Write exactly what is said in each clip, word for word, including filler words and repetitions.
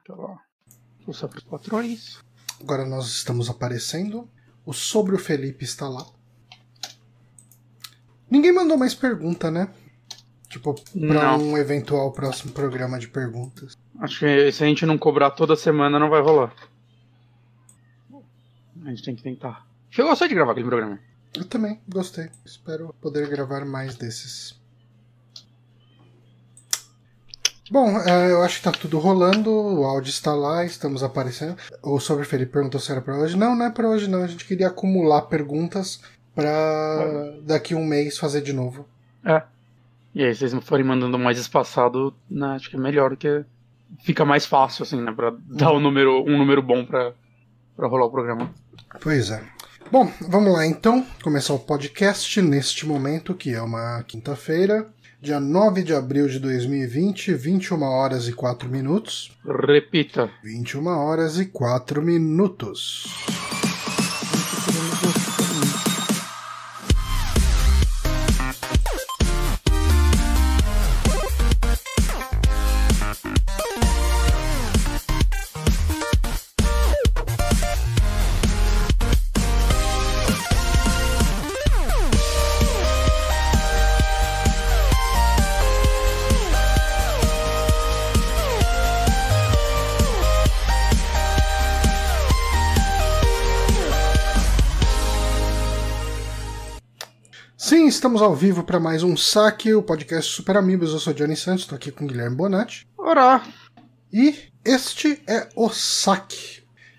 Então, força para os patrões. Agora nós estamos aparecendo. O Sobre o Felipe está lá. Ninguém mandou mais pergunta, né? Tipo, pra Não. um eventual próximo programa de perguntas. Acho que se a gente não cobrar toda semana, não vai rolar. A gente tem que tentar. Eu gostei de gravar aquele programa. Eu também gostei. Espero poder gravar mais desses. Bom, uh, eu acho que tá tudo rolando. O áudio está lá, estamos aparecendo. O Sobre Felipe perguntou se era pra hoje. Não, não é pra hoje não. A gente queria acumular perguntas pra daqui um mês fazer de novo. É. E aí, se vocês não forem mandando mais espaçado, né, acho que é melhor, que fica mais fácil, assim, né, pra dar um número, um número bom pra, pra rolar o programa. Pois é. Bom, vamos lá então, começar o podcast neste momento, que é uma quinta-feira, dia nove de abril de dois mil e vinte, vinte e uma horas e quatro minutos. Repita. vinte e uma horas e quatro minutos. Sim, estamos ao vivo para mais um saque, o podcast Super Amigos. Eu sou Johnny Santos, estou aqui com o Guilherme Bonatti. Ora! E este é o saque.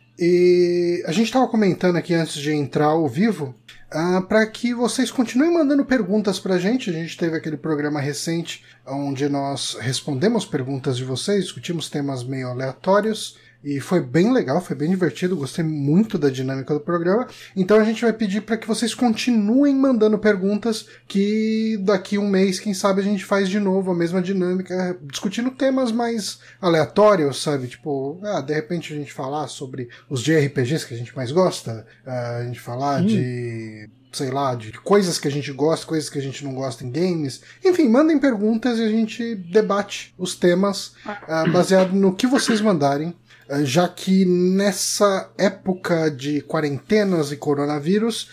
E a gente estava comentando aqui antes de entrar ao vivo, uh, para que vocês continuem mandando perguntas para a gente. A gente teve aquele programa recente onde nós respondemos perguntas de vocês, discutimos temas meio aleatórios. E foi bem legal, foi bem divertido, gostei muito da dinâmica do programa. Então a gente vai pedir para que vocês continuem mandando perguntas, que daqui um mês, quem sabe, a gente faz de novo a mesma dinâmica, discutindo temas mais aleatórios, sabe? Tipo, ah, de repente a gente falar sobre os J R P Gs que a gente mais gosta, a gente falar Sim. de... sei lá, de coisas que a gente gosta, coisas que a gente não gosta em games. Enfim, mandem perguntas e a gente debate os temas uh, baseado no que vocês mandarem. Já que nessa época de quarentenas e coronavírus,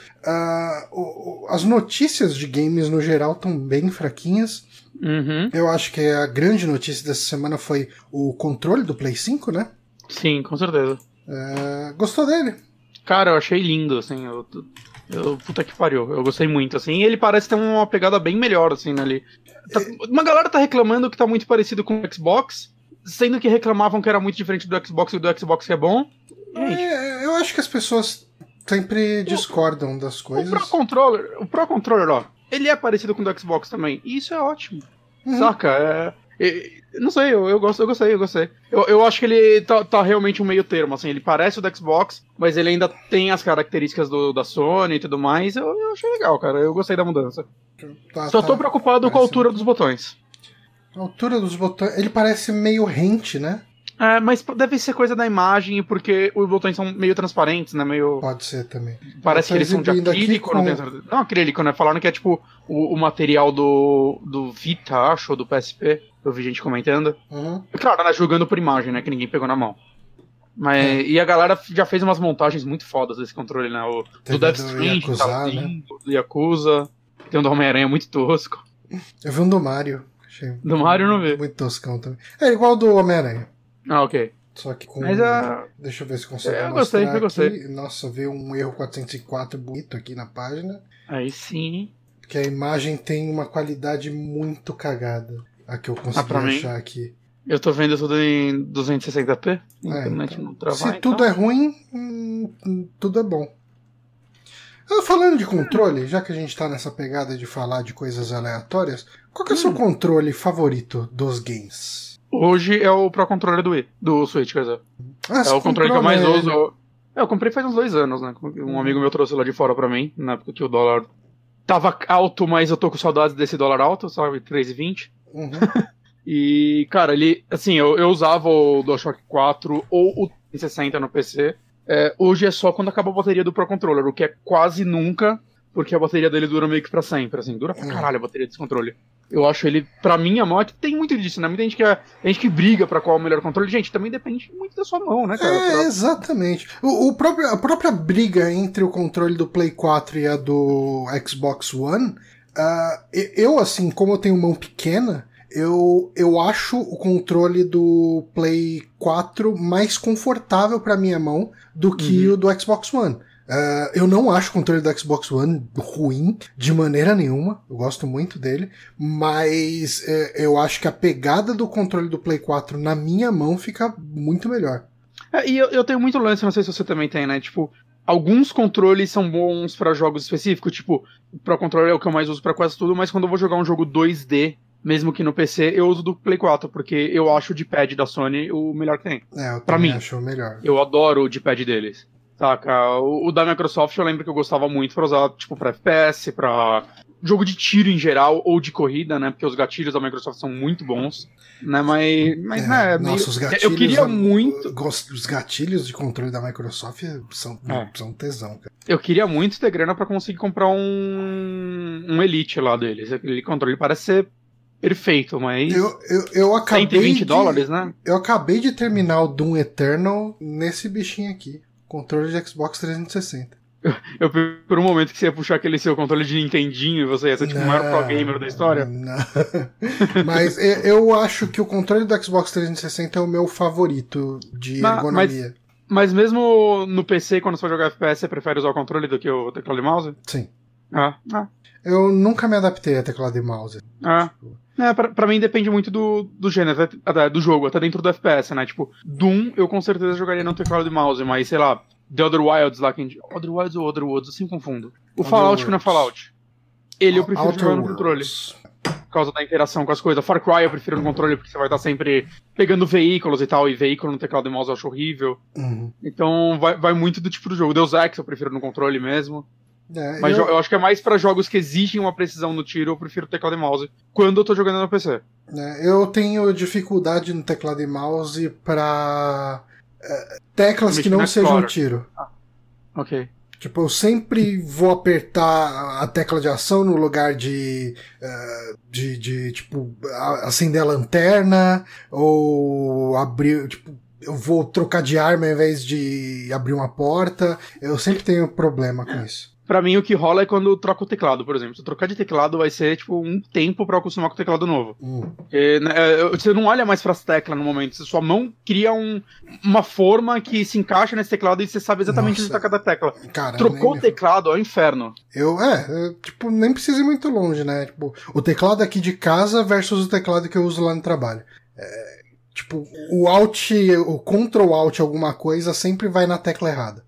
uh, as notícias de games no geral estão bem fraquinhas. Uhum. Eu acho que a grande notícia dessa semana foi o controle do Play cinco, né? Sim, com certeza. Uh, gostou dele? Cara, eu achei lindo, assim, eu, eu, puta que pariu, eu gostei muito, assim, e ele parece ter uma pegada bem melhor, assim, ali. Tá, uma galera tá reclamando que tá muito parecido com o Xbox, sendo que reclamavam que era muito diferente do Xbox e do Xbox que é bom. É, eu acho que as pessoas sempre discordam das coisas. O Pro Controller, o Pro Controller, ó, ele é parecido com o do Xbox também, e isso é ótimo. Uhum. Saca? É, é, não sei, eu, eu, gosto, eu gostei, eu gostei. Eu, eu acho que ele tá, tá realmente um meio termo, assim, ele parece o do Xbox, mas ele ainda tem as características do, da Sony e tudo mais. Eu, eu achei legal, cara, eu gostei da mudança. Tá, Só tá, tô preocupado com a altura dos botões. A altura dos botões, ele parece meio rente, né? É, mas deve ser coisa da imagem, porque os botões são meio transparentes, né? Meio... Pode ser também. Parece que eles são de acrílico, com... não tem certeza. Não acrílico, né? Falaram que é tipo o, o material do, do Vita, acho, ou do P S P. Eu vi gente comentando. Uhum. Claro, né? Julgando por imagem, né? Que ninguém pegou na mão. Mas, é. E a galera já fez umas montagens muito fodas desse controle, né? O, do Death Stranding, tá lindo, do Yakuza. Tem um do Homem-Aranha muito tosco. Eu vi um do Mario. Achei do Mario não vi. Muito toscão também. É igual do Homem-Aranha. Ah, ok. Só que com... Mas a... Deixa eu ver se consigo eu mostrar gostei, eu gostei. Aqui. Nossa, veio um erro quatrocentos e quatro bonito aqui na página. Aí sim. Que a imagem tem uma qualidade muito cagada. A que eu consegui ah, achar mim? aqui. Eu tô vendo tudo em duzentos e sessenta p. É, internet então, não travar, se então... tudo é ruim, hum, tudo é bom. Falando de controle, já que a gente tá nessa pegada de falar de coisas aleatórias, qual que é o hum. seu controle favorito dos games? Hoje é o Pro Controller do Wii, do Switch, quer dizer. Ah, é o controle que eu mais ele. uso. É, eu comprei faz uns dois anos, né? Um amigo meu trouxe lá de fora pra mim, na época que o dólar tava alto, mas eu tô com saudades desse dólar alto, sabe? três e vinte. Uhum. E, cara, ele, assim, eu, eu usava o DualShock quatro ou o trezentos e sessenta no P C. É, hoje é só quando acaba a bateria do Pro Controller, o que é quase nunca, porque a bateria dele dura meio que pra sempre, assim, dura pra caralho a bateria desse controle. Eu acho ele, pra mim, a mão é que tem muito disso, né? Muita gente que, é, tem gente que briga pra qual é o melhor controle. Gente, também depende muito da sua mão, né, cara? É, pra... exatamente. O, o próprio, a própria briga entre o controle do Play quatro e a do Xbox One, uh, eu, assim, como eu tenho mão pequena, eu, eu acho o controle do Play quatro mais confortável pra minha mão do que uhum. o do Xbox One. Uh, eu não acho o controle do Xbox One ruim de maneira nenhuma, eu gosto muito dele, mas uh, eu acho que a pegada do controle do Play quatro na minha mão fica muito melhor. É, e eu, eu tenho muito lance, não sei se você também tem, né? Tipo, alguns controles são bons pra jogos específicos, tipo, o Pro Controller é o que eu mais uso pra quase tudo, mas quando eu vou jogar um jogo dois D, mesmo que no P C, eu uso do Play quatro, porque eu acho o D-pad da Sony o melhor que tem. É, eu pra também mim, acho o melhor. Eu adoro o D-pad deles. Saca? O, o da Microsoft eu lembro que eu gostava muito pra usar, tipo, pra F P S, pra jogo de tiro em geral, ou de corrida, né? Porque os gatilhos da Microsoft são muito bons, né? Mas, mas é, né, nossa, meio... os gatilhos, eu queria muito... Os gatilhos de controle da Microsoft são, é. são tesão, cara. Eu queria muito ter grana pra conseguir comprar um, um Elite lá deles. Aquele controle parece ser perfeito, mas... Eu, eu, eu acabei cento e vinte de, dólares, né? Eu acabei de terminar o Doom Eternal nesse bichinho aqui. Controle de Xbox trezentos e sessenta. Eu, eu por um momento que você ia puxar aquele seu controle de Nintendinho e você ia ser tipo o maior pro gamer da história. Não. Mas eu acho que o controle do Xbox trezentos e sessenta é o meu favorito de mas, ergonomia. Mas, mas mesmo no P C, quando você for jogar F P S, você prefere usar o controle do que o teclado e mouse? Sim. Ah, ah. Eu nunca me adaptei a teclado e mouse. Ah. É, pra, pra mim depende muito do, do gênero, até, do jogo, até dentro do F P S, né? Tipo, Doom eu com certeza jogaria no teclado e mouse, mas sei lá, The Other Wilds lá, quem... Other Wilds ou Other Worlds, eu sempre confundo. O Fallout que não é Fallout. Ele eu prefiro Outer jogar no Worlds. controle. Por causa da interação com as coisas. Far Cry eu prefiro no controle porque você vai estar sempre pegando veículos e tal, e veículo no teclado e mouse eu acho horrível. Uhum. Então vai, vai muito do tipo do jogo. Deus Ex eu prefiro no controle mesmo. É, Mas eu... eu acho que é mais pra jogos que exigem uma precisão no tiro, eu prefiro teclado e mouse quando eu tô jogando no P C. É, eu tenho dificuldade no teclado e mouse pra é, teclas que não sejam tiro. Ah, ok. Tipo, eu sempre vou apertar a tecla de ação no lugar de, uh, de, de, tipo, acender a lanterna, ou abrir, tipo, eu vou trocar de arma ao invés de abrir uma porta. Eu sempre tenho problema com isso. Pra mim, o que rola é quando eu troco o teclado, por exemplo. Se eu trocar de teclado, vai ser, tipo, um tempo pra eu acostumar com o teclado novo. Hum. Porque, né, você não olha mais pras teclas no momento. Sua mão cria um, uma forma que se encaixa nesse teclado e você sabe exatamente Nossa. onde tá cada tecla. Cara, Trocou nem... o teclado, é o inferno. Eu, é, eu, tipo, nem preciso ir muito longe, né? Tipo, o teclado aqui de casa versus o teclado que eu uso lá no trabalho. É, tipo, o Alt, o Ctrl Alt alguma coisa sempre vai na tecla errada.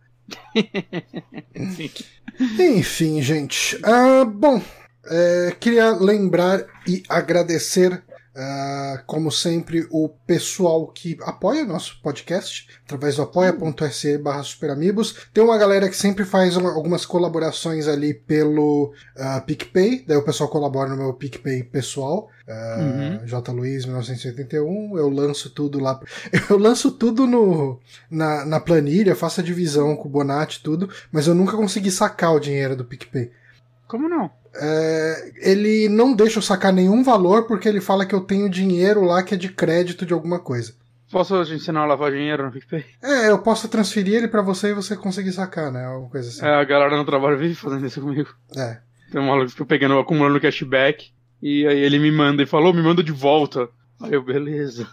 Sim. Enfim, gente. Uh, bom, é, queria lembrar e agradecer, uh, como sempre, o pessoal que apoia o nosso podcast através do apoia.se barra superamigos. Tem uma galera que sempre faz uma, algumas colaborações ali pelo uh, PicPay, daí o pessoal colabora no meu PicPay pessoal. Uh, uhum. J. Luiz mil novecentos e oitenta e um, eu lanço tudo lá. Eu lanço tudo no, na, na planilha, faço a divisão com o Bonatti e tudo, mas eu nunca consegui sacar o dinheiro do PicPay. Como não? É, ele não deixa eu sacar nenhum valor porque ele fala que eu tenho dinheiro lá que é de crédito de alguma coisa. Posso te ensinar a lavar dinheiro no PicPay? É, eu posso transferir ele pra você e você conseguir sacar, né? Alguma coisa assim. É, a galera no trabalho vive fazendo isso comigo. É. Tem um maluco que fica pegando, acumulando cashback. E aí ele me manda e falou, me manda de volta. Aí eu, beleza.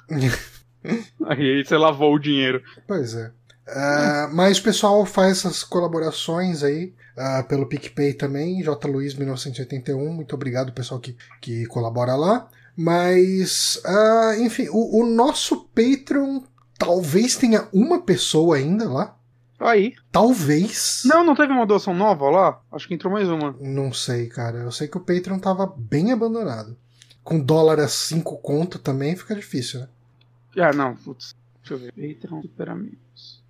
Aí você lavou o dinheiro. Pois é. Uh, mas o pessoal faz essas colaborações aí uh, pelo PicPay também, J. Luiz mil novecentos e oitenta e um, muito obrigado pessoal que, que colabora lá. Mas, uh, enfim, o, o nosso Patreon talvez tenha uma pessoa ainda lá. Aí. Talvez. Não, não teve uma doação nova lá? Acho que entrou mais uma. Não sei, cara. Eu sei que o Patreon tava bem abandonado. Com dólar a cinco conto também fica difícil, né? Ah, não. Putz. Deixa eu ver. Patreon, super amigos.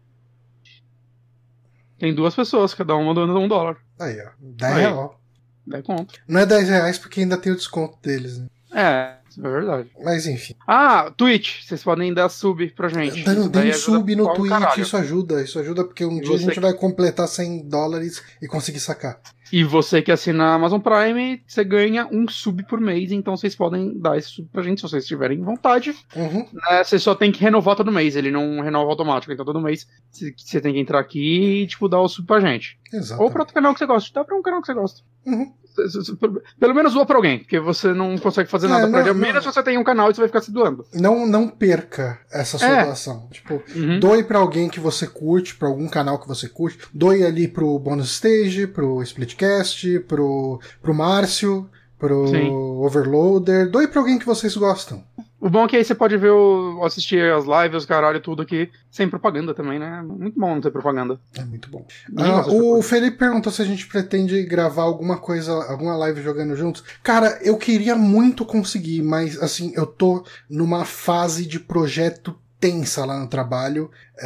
Tem duas pessoas, cada uma doando um dólar. Aí, ó. dez reais. dez conto. Não é dez reais porque ainda tem o desconto deles, né? É, É verdade. Mas enfim. Ah, Twitch. Vocês podem dar sub pra gente. Dando, dando sub no Twitch, caralho. isso ajuda. Isso ajuda porque um E dia a você gente que- vai completar cem dólares e conseguir sacar. E você que assina a Amazon Prime, você ganha um sub por mês, então vocês podem dar esse sub pra gente se vocês tiverem vontade. Uhum. Né? Você só tem que renovar todo mês, ele não renova automático, então todo mês você você tem que entrar aqui e, tipo, dar o sub pra gente. Exato. Ou pra outro canal que você gosta, dá pra um canal que você gosta. Uhum. Pelo menos doa pra alguém, porque você não consegue fazer É, nada pra não, ele. Menos não. se você tem um canal e você vai ficar se doando. Não, não perca essa sua É. doação. Tipo, Uhum. doe pra alguém que você curte, pra algum canal que você curte. Doe ali pro Bonus Stage, pro Splitcast, pro, pro Márcio, pro Sim. Overloader. Doe pra alguém que vocês gostam. O bom é que aí você pode ver o, assistir as lives, caralho, tudo aqui, sem propaganda também, né? Muito bom não ter propaganda. É muito bom. Ninguém Ah, gosta de o propaganda. Felipe perguntou se a gente pretende gravar alguma coisa, alguma live jogando juntos. Cara, eu queria muito conseguir, mas assim, eu tô numa fase de projeto tensa lá no trabalho.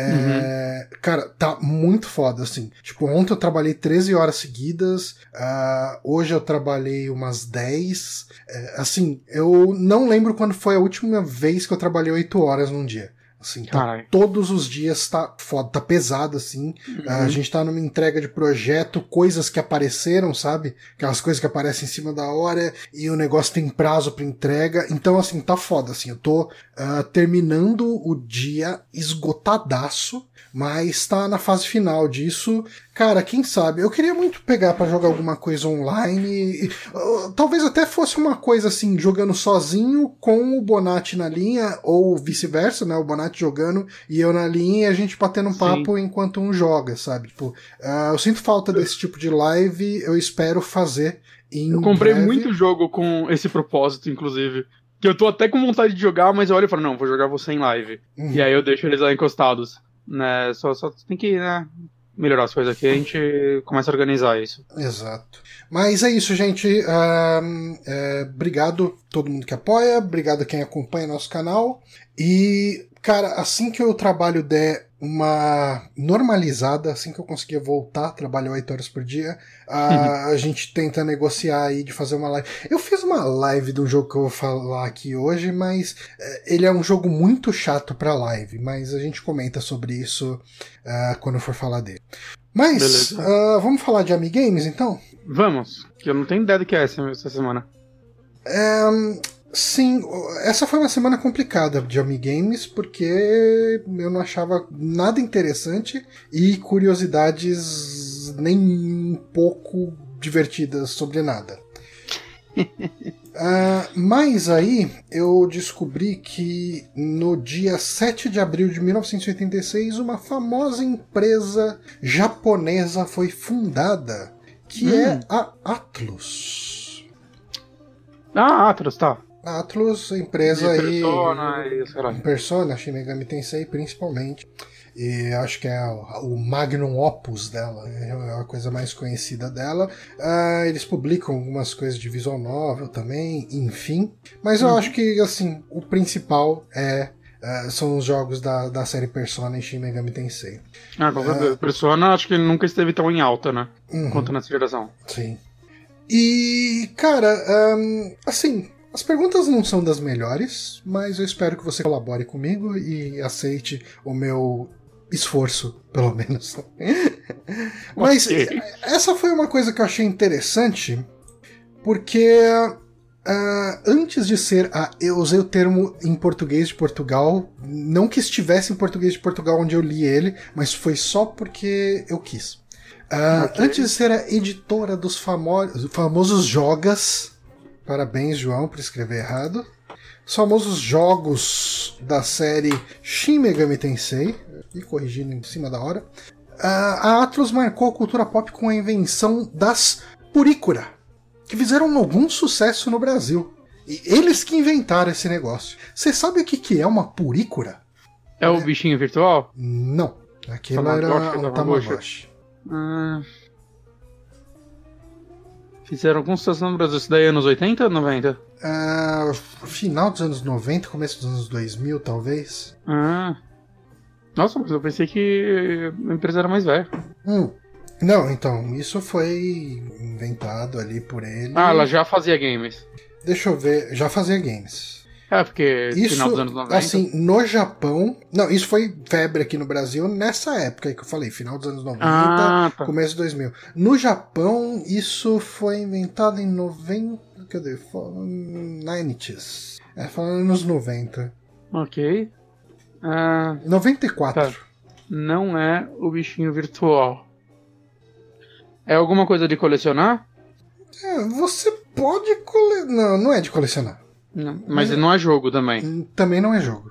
É, cara, tá muito foda, assim. Tipo, ontem eu trabalhei treze horas seguidas, ah, hoje eu trabalhei umas dez. É, assim, eu não lembro quando foi a última vez que eu trabalhei oito horas num dia. Assim, tá, Caralho. todos os dias tá foda, tá pesado, assim. Uhum. A gente tá numa entrega de projeto, coisas que apareceram, sabe? Aquelas coisas que aparecem em cima da hora e o negócio tem prazo pra entrega. Então, assim, tá foda, assim. Eu tô ah, terminando o dia esgotadaço, mas tá na fase final disso. Cara, quem sabe? Eu queria muito pegar pra jogar alguma coisa online. e, uh, talvez até fosse uma coisa assim, jogando sozinho com o Bonatti na linha, ou vice-versa, né? O Bonatti jogando e eu na linha e a gente batendo um Sim. papo enquanto um joga, sabe? Tipo, uh, eu sinto falta desse tipo de live, eu espero fazer em Eu comprei breve. muito jogo com esse propósito, inclusive. Que eu tô até com vontade de jogar, mas eu olho e falo, não, vou jogar você em live. Uhum. E aí eu deixo eles lá encostados. Né? Só, só tem que, né, melhorar as coisas aqui, a gente começa a organizar isso. Exato. Mas é isso, gente. Ahn, é, obrigado a todo mundo que apoia, obrigado a quem acompanha nosso canal. E, cara, assim que o trabalho der uma normalizada, assim que eu conseguir voltar a trabalhar oito horas por dia, a, a gente tenta negociar aí de fazer uma live. Eu fiz uma live de um jogo que eu vou falar aqui hoje, mas é, ele é um jogo muito chato pra live, mas a gente comenta sobre isso ah, quando eu for falar dele. Mas, Beleza. ah, vamos falar de Amigames, então? Vamos, que eu não tenho ideia do que é essa, essa semana. É, sim, essa foi uma semana complicada de Amigames, porque eu não achava nada interessante e curiosidades nem um pouco divertidas sobre nada. Ah, mas aí eu descobri que no dia sete de abril de mil novecentos e oitenta e seis uma famosa empresa japonesa foi fundada, que Hum. é a Atlus. Ah, Atlas, tá. A Atlus, empresa De aí. Persona e os caralho. Persona, Shin Megami Tensei principalmente. E acho que é o, o magnum opus dela, é a coisa mais conhecida dela. Ah, eles publicam algumas coisas de visual novel também, enfim. Mas eu Uhum. acho que, assim, o principal é ah, são os jogos da, da série Persona e Shin Megami Tensei. Ah, com certeza. Persona acho que ele nunca esteve tão em alta, né? Uhum. Quanto nessa geração. Sim. E, cara, ahn, assim, as perguntas não são das melhores, mas eu espero que você colabore comigo e aceite o meu esforço, pelo menos. Mas Ok. essa foi uma coisa que eu achei interessante, porque ah, antes de ser a. Eu usei o termo em português de Portugal, não que estivesse em português de Portugal onde eu li ele, mas foi só porque eu quis. Ah, Ok. Antes de ser a editora dos famo famosos jogas, parabéns, João, por escrever errado. Os famosos jogos da série Shin Megami Tensei, e corrigindo em cima da hora, a Atlus marcou a cultura pop com a invenção das Purikura, que fizeram algum sucesso no Brasil. E eles que inventaram esse negócio. Você sabe o que que é uma Purikura? É o bichinho virtual? Não. Aquilo Tamagotchi, era um Tamagotchi. Tamagotchi. Ah, fizeram algum sucesso no Brasil. Isso daí é anos oitenta ou noventa? Ah, final dos anos noventa, começo dos anos dois mil, talvez. Ah. Nossa, mas eu pensei que a empresa era mais velha. Hum. Não, então, isso foi inventado ali por ele. Ah, ela já fazia games. Deixa eu ver, já fazia games. É, porque Isso, final dos anos noventa... assim, no Japão... Não, isso foi febre aqui no Brasil nessa época aí que eu falei, final dos anos noventa, ah, tá. começo de dois mil. No Japão, isso foi inventado em noventa... Cadê? nineties. É, falando nos noventa. Ok. Ah, noventa e quatro. tá. Não é o bichinho virtual. É alguma coisa de colecionar? É, você pode colecionar... Não, não é de colecionar. Não, mas não é jogo também. Também não é jogo.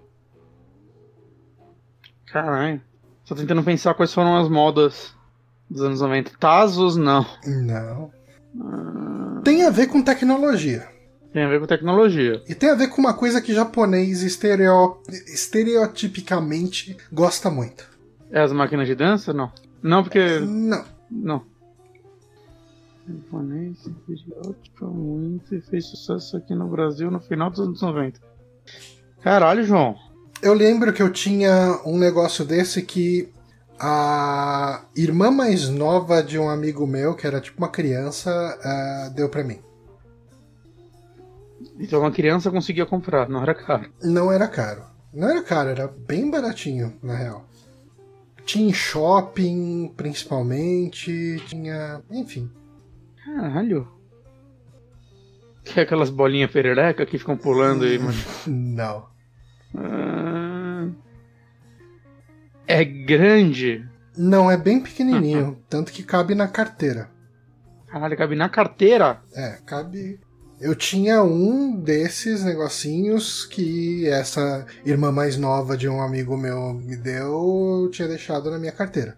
Caralho. Tô tentando pensar quais foram as modas dos anos noventa. Tazos, não. Não. Ah, Tem a ver com tecnologia. tem a ver com tecnologia. E tem a ver com uma coisa que japonês estereo... estereotipicamente gosta muito. É as máquinas de dança? Não. Não, porque... Não. Não. O japonês estereotipa muito e fez sucesso aqui no Brasil no final dos anos noventa. Caralho, João. Eu lembro que eu tinha um negócio desse que a irmã mais nova de um amigo meu, que era tipo uma criança, uh, deu pra mim. Então uma criança conseguia comprar, não era caro. Não era caro. Não era caro, era bem baratinho, na real. Tinha em shopping, principalmente, tinha... enfim. Caralho. Que é aquelas bolinhas perereca que ficam pulando aí, mano. Não. Ah, é grande. Não, é bem pequenininho, tanto que cabe na carteira. Caralho, cabe na carteira. É, cabe... Eu tinha um desses negocinhos que essa irmã mais nova de um amigo meu me deu, eu tinha deixado na minha carteira.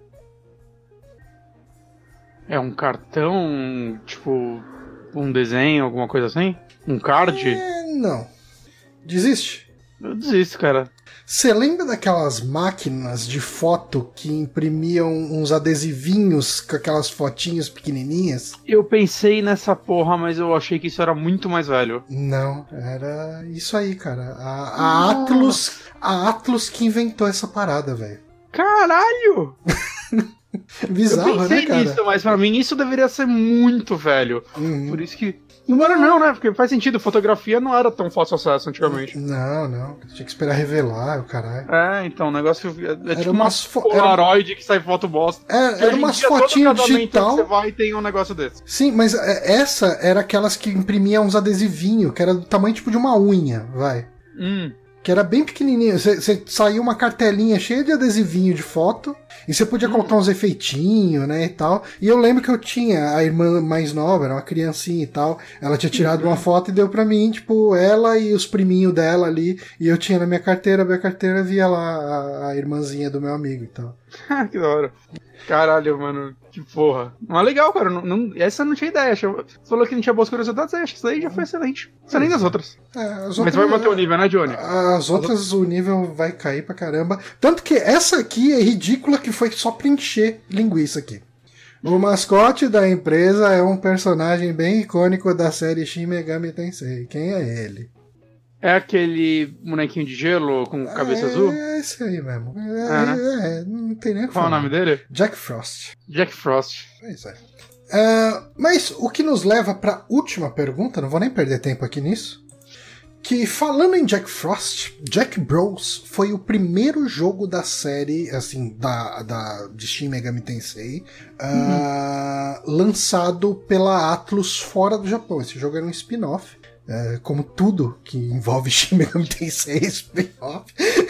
É um cartão, tipo, um desenho, alguma coisa assim? Um card? É, não. Desiste. Eu desisto, cara. Você lembra daquelas máquinas de foto que imprimiam uns adesivinhos com aquelas fotinhas pequenininhas? Eu pensei nessa porra, mas eu achei que isso era muito mais velho. Não, era isso aí, cara. A, a Atlus, a Atlus que inventou essa parada, velho. Caralho! Bizarro, eu pensei né, cara? nisso, mas pra mim isso deveria ser muito velho. Uhum. Por isso que... Embora não, né? Porque faz sentido, fotografia não era tão fácil acesso antigamente. Não, não. Tinha que esperar revelar, o caralho. É, então, o negócio é, é Era tipo umas uma fo- Polaroid era... que sai foto bosta. É, Que era hoje em umas dia, todo fotinhas casamento digital. que você vai e tem um negócio desse. Sim, mas é, essa era aquelas que imprimiam uns adesivinhos, que era do tamanho tipo de uma unha, vai. Hum. Que era bem pequenininho. Você saía uma cartelinha cheia de adesivinho de foto e você podia hum. colocar uns efeitinhos, né, e tal. E eu lembro que eu tinha a irmã mais nova, era uma criancinha e tal. Ela tinha tirado uhum. uma foto e deu pra mim, tipo, ela e os priminhos dela ali. E eu tinha na minha carteira, minha carteira via lá a, a irmãzinha do meu amigo e tal. Que da hora. Caralho, mano, que porra. Mas legal, cara. Não, não, essa eu não tinha ideia. Você falou que não tinha boas curiosidades, acho que isso aí já foi excelente. Excelente das outras. É, as Mas outras, vai manter o nível, né, Johnny? As outras, o nível vai cair pra caramba. Tanto que essa aqui é ridícula, que foi só pra encher linguiça aqui. O mascote da empresa é um personagem bem icônico da série Shin Megami Tensei. Quem é ele? É aquele bonequinho de gelo com cabeça é, azul? É esse aí mesmo. É, é, né? é, não tem nem o que Qual falar. é o nome dele? Jack Frost. Jack Frost. Pois é. Uh, mas o que nos leva para última pergunta, não vou nem perder tempo aqui nisso, que falando em Jack Frost, Jack Bros foi o primeiro jogo da série, assim, da, da, de Shin Megami Tensei, uh, uhum. lançado pela Atlus fora do Japão. Esse jogo era um spin-off. É, como tudo que envolve Shin Megami Tensei spin-off.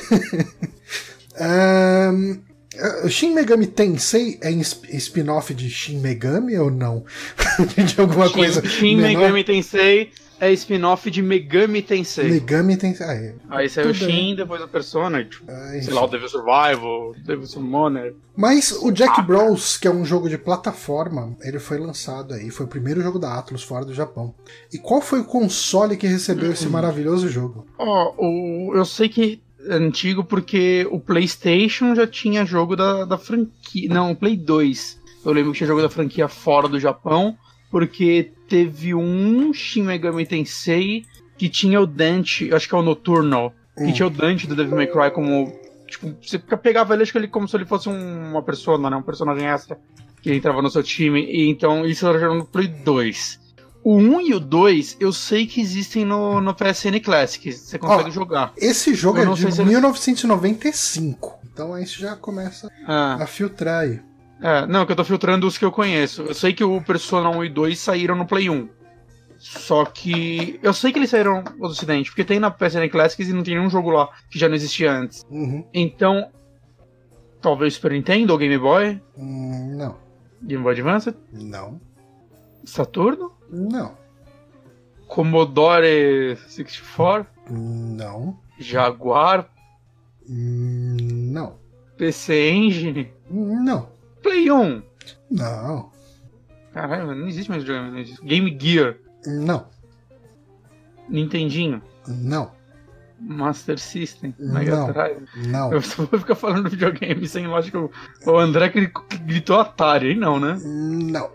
um, Shin Megami Tensei é spin-off de Shin Megami ou não? De alguma Shin, coisa Shin menor? Megami Tensei é spin-off de Megami Tensei. Megami Tensei. Ah, é. Aí saiu o Shin, depois a Persona, tipo, ah, sei lá, o Devil Survival, o Devil Summoner. Mas o Jack Bros, que é um jogo de plataforma, ele foi lançado aí, foi o primeiro jogo da Atlus fora do Japão. E qual foi o console que recebeu esse maravilhoso jogo? Ó, oh, eu sei que é antigo porque o PlayStation já tinha jogo da, da franquia. Não, o Play dois. Eu lembro que tinha jogo da franquia fora do Japão, porque teve um Shin Megami Tensei que tinha o Dante, acho que é o Nocturnal, hum. que tinha o Dante do Devil May Cry como... Tipo, você pegava ele, acho que ele como se ele fosse um, uma persona, né? Um personagem extra que entrava no seu time. E então isso era no Play dois. O um e o dois, eu sei que existem no, no P S N Classic, você consegue Ó, jogar. Esse jogo Eu é não de sei se eles- mil novecentos e noventa e cinco, então aí você já começa Ah, a filtrar aí. é, não, que eu tô filtrando os que eu conheço. Eu sei que o Persona um e dois saíram no Play um. Só que eu sei que eles saíram do Ocidente, porque tem na P S N Classics e não tem nenhum jogo lá que já não existia antes. Uhum. Então, talvez Super Nintendo ou Game Boy, Hum, não, Game Boy Advance, não, Saturno, não, Commodore sessenta e quatro, não, Jaguar, hum, não, P C Engine, não, Play um. não, Caralho, não existe mais videogame, não existe. Game Gear, não, Nintendinho, não, Master System, Mega Não. Drive. não, Eu só vou ficar falando videogame sem lógica. O André que gritou Atari, hein? Não, né? não.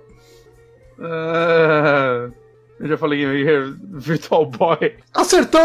Ah, eu já falei Game Gear, Virtual Boy. Acertou!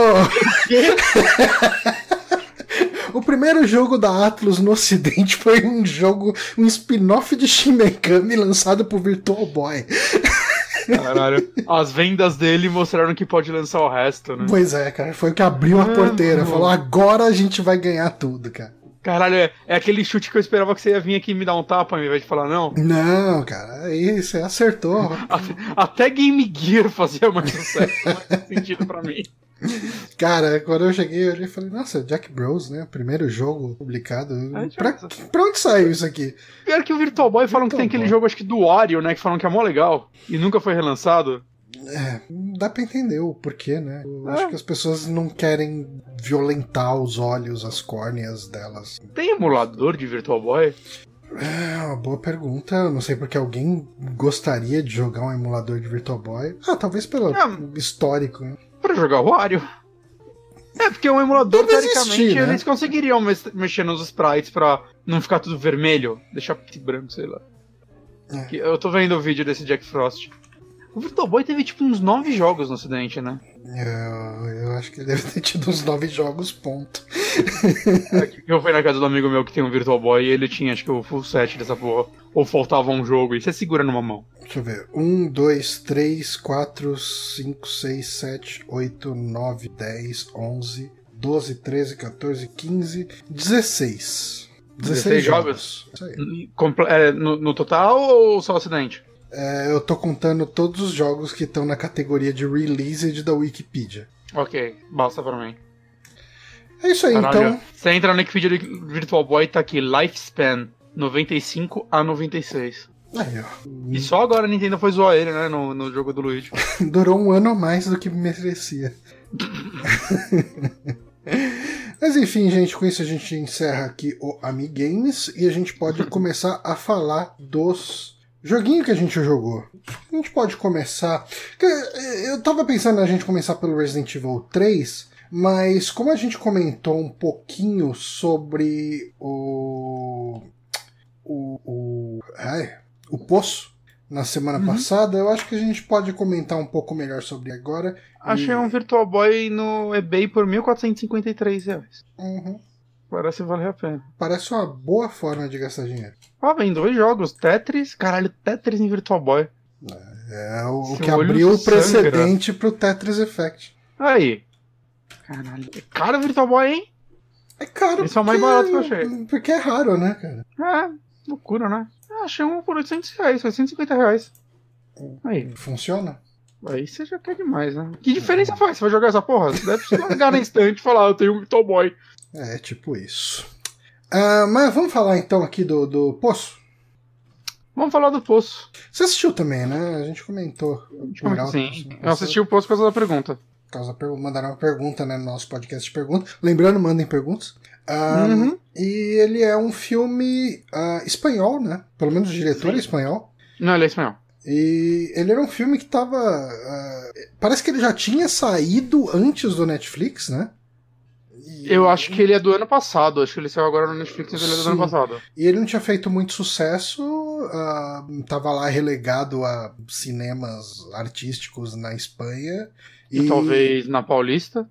O primeiro jogo da Atlus no ocidente foi um jogo, um spin-off de Shin Megami lançado pro Virtual Boy. Caralho. As vendas dele mostraram que pode lançar o resto, né? Pois é, cara, foi o que abriu a Ah, porteira. mano. Falou, agora a gente vai ganhar tudo, cara. Caralho, é, é aquele chute que eu esperava que você ia vir aqui me dar um tapa ao invés de falar não. Não, cara, aí você acertou. Até, até Game Gear fazia mais sucesso, mais sentido pra mim. Cara, quando eu cheguei, eu olhei e falei, nossa, Jack Bros, né? Primeiro jogo publicado. É, pra, tipo, pra onde saiu isso aqui? Pior que o Virtual Boy falam que Virtual tem aquele Boy. jogo, acho que do Wario, né? Que falam que é mó legal. E nunca foi relançado. É, não dá pra entender o porquê, né? Eu É. acho que as pessoas não querem violentar os olhos, as córneas delas. Tem emulador de Virtual Boy? É uma boa pergunta. Eu não sei porque alguém gostaria de jogar um emulador de Virtual Boy. Ah, talvez pelo É. histórico, né? Pra jogar o Wario. É, porque um emulador, Deve teoricamente, existir, né? eles conseguiriam mes- mexer nos sprites pra não ficar tudo vermelho. Deixar preto e branco, sei lá. É. Que Eu tô vendo o vídeo desse Jack Frost. O Virtual Boy teve tipo uns nove jogos no ocidente, né? Eu, eu acho que ele deve ter tido uns nove jogos, ponto. Eu fui na casa do amigo meu que tem um Virtual Boy e ele tinha, acho que, o full set dessa porra. Ou faltava um jogo e você segura numa mão. Deixa eu ver. um, dois, três, quatro, cinco, seis, sete, oito, nove, dez, onze, doze, treze, quatorze, quinze, dezesseis. dezesseis jogos. Isso aí. Comple- é, no, no total ou só o acidente? É, eu tô contando todos os jogos que estão na categoria de Released da Wikipedia. Ok, basta pra mim. É isso aí, Caralho. então. Você entra no Wikipedia do Virtual Boy, tá aqui, Lifespan, noventa e cinco a noventa e seis. Aí, ó. E só agora a Nintendo foi zoar ele, né, no, no jogo do Luigi. Durou um ano a mais do que merecia. Mas enfim, gente, com isso a gente encerra aqui o Amigames e a gente pode começar a falar dos joguinhos que a gente jogou. A gente pode começar. Eu tava pensando na gente começar pelo Resident Evil três, mas como a gente comentou um pouquinho sobre o. O. O, ai, o Poço na semana Uhum. passada, eu acho que a gente pode comentar um pouco melhor sobre agora. Achei E- um Virtual Boy no eBay por mil quatrocentos e cinquenta e três reais. Uhum. Parece valer a pena. Parece uma boa forma de gastar dinheiro. Ah, vem dois jogos, Tetris, caralho, Tetris em Virtual Boy. É o Seu que olho abriu o sangra. precedente pro Tetris Effect. Aí. Caralho, é caro o Virtual Boy, hein? É caro. Esse é o mais barato que eu achei. Porque é raro, né, cara? É, loucura, né? Ah, achei um por oitocentos reais, oitocentos e cinquenta reais. Aí, Funciona? aí você já quer demais, né? Que diferença faz? Você vai jogar essa porra? Você deve se largar na estante e falar, eu tenho um Virtual Boy. É, tipo isso. Ah, mas vamos falar então aqui do, do Poço? Vamos falar do Poço. Você assistiu também, né? A gente comentou. Como é que sim? Eu assisti o Poço por causa da pergunta. Causa per- mandaram uma pergunta, né, no nosso podcast de perguntas. Lembrando, mandem perguntas. Ah, Uhum. E ele é um filme ah, espanhol, né? Pelo menos o diretor Sim. é espanhol. Não, ele é espanhol. E ele era um filme que tava. ah, parece que ele já tinha saído antes do Netflix, né? E- Eu acho que ele é do ano passado. Acho que ele saiu agora no Netflix, mas ele é do Sim. ano passado. E ele não tinha feito muito sucesso, ah, tava lá relegado a cinemas artísticos na Espanha. E, talvez na Paulista.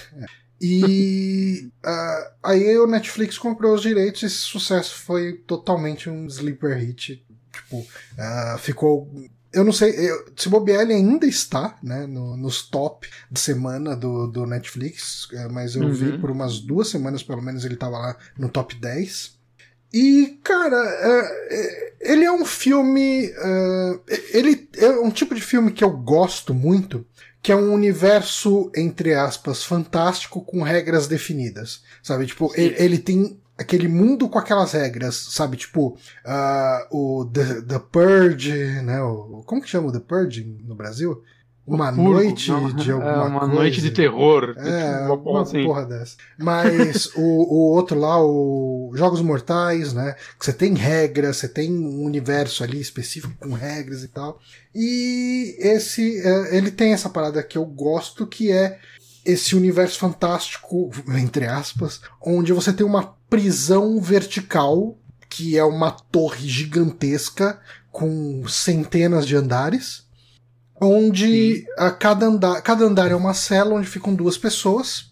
E ah, aí o Netflix comprou os direitos e esse sucesso foi totalmente um sleeper hit. Tipo, ah, ficou Eu não sei, eu, se bobear ele ainda está, né, no, nos top de semana do, do Netflix, mas eu uhum. vi por umas duas semanas, pelo menos, ele estava lá no top dez. E, cara, é, é, ele é um filme... É, ele é um tipo de filme que eu gosto muito, que é um universo, entre aspas, fantástico com regras definidas, sabe? Tipo, ele, ele tem... aquele mundo com aquelas regras, sabe? Tipo, uh, o The, The Purge, né? O, como que chama o The Purge no Brasil? Uma Purgo, noite não, de alguma é uma coisa. noite de terror. É, uma porra, assim. porra dessa. Mas o, o outro lá, o Jogos Mortais, né? Que você tem regras, você tem um universo ali específico com regras e tal. E esse, ele tem essa parada que eu gosto, que é esse universo fantástico, entre aspas, onde você tem uma prisão vertical, que é uma torre gigantesca com centenas de andares, onde a cada, andar, cada andar é uma cela onde ficam duas pessoas,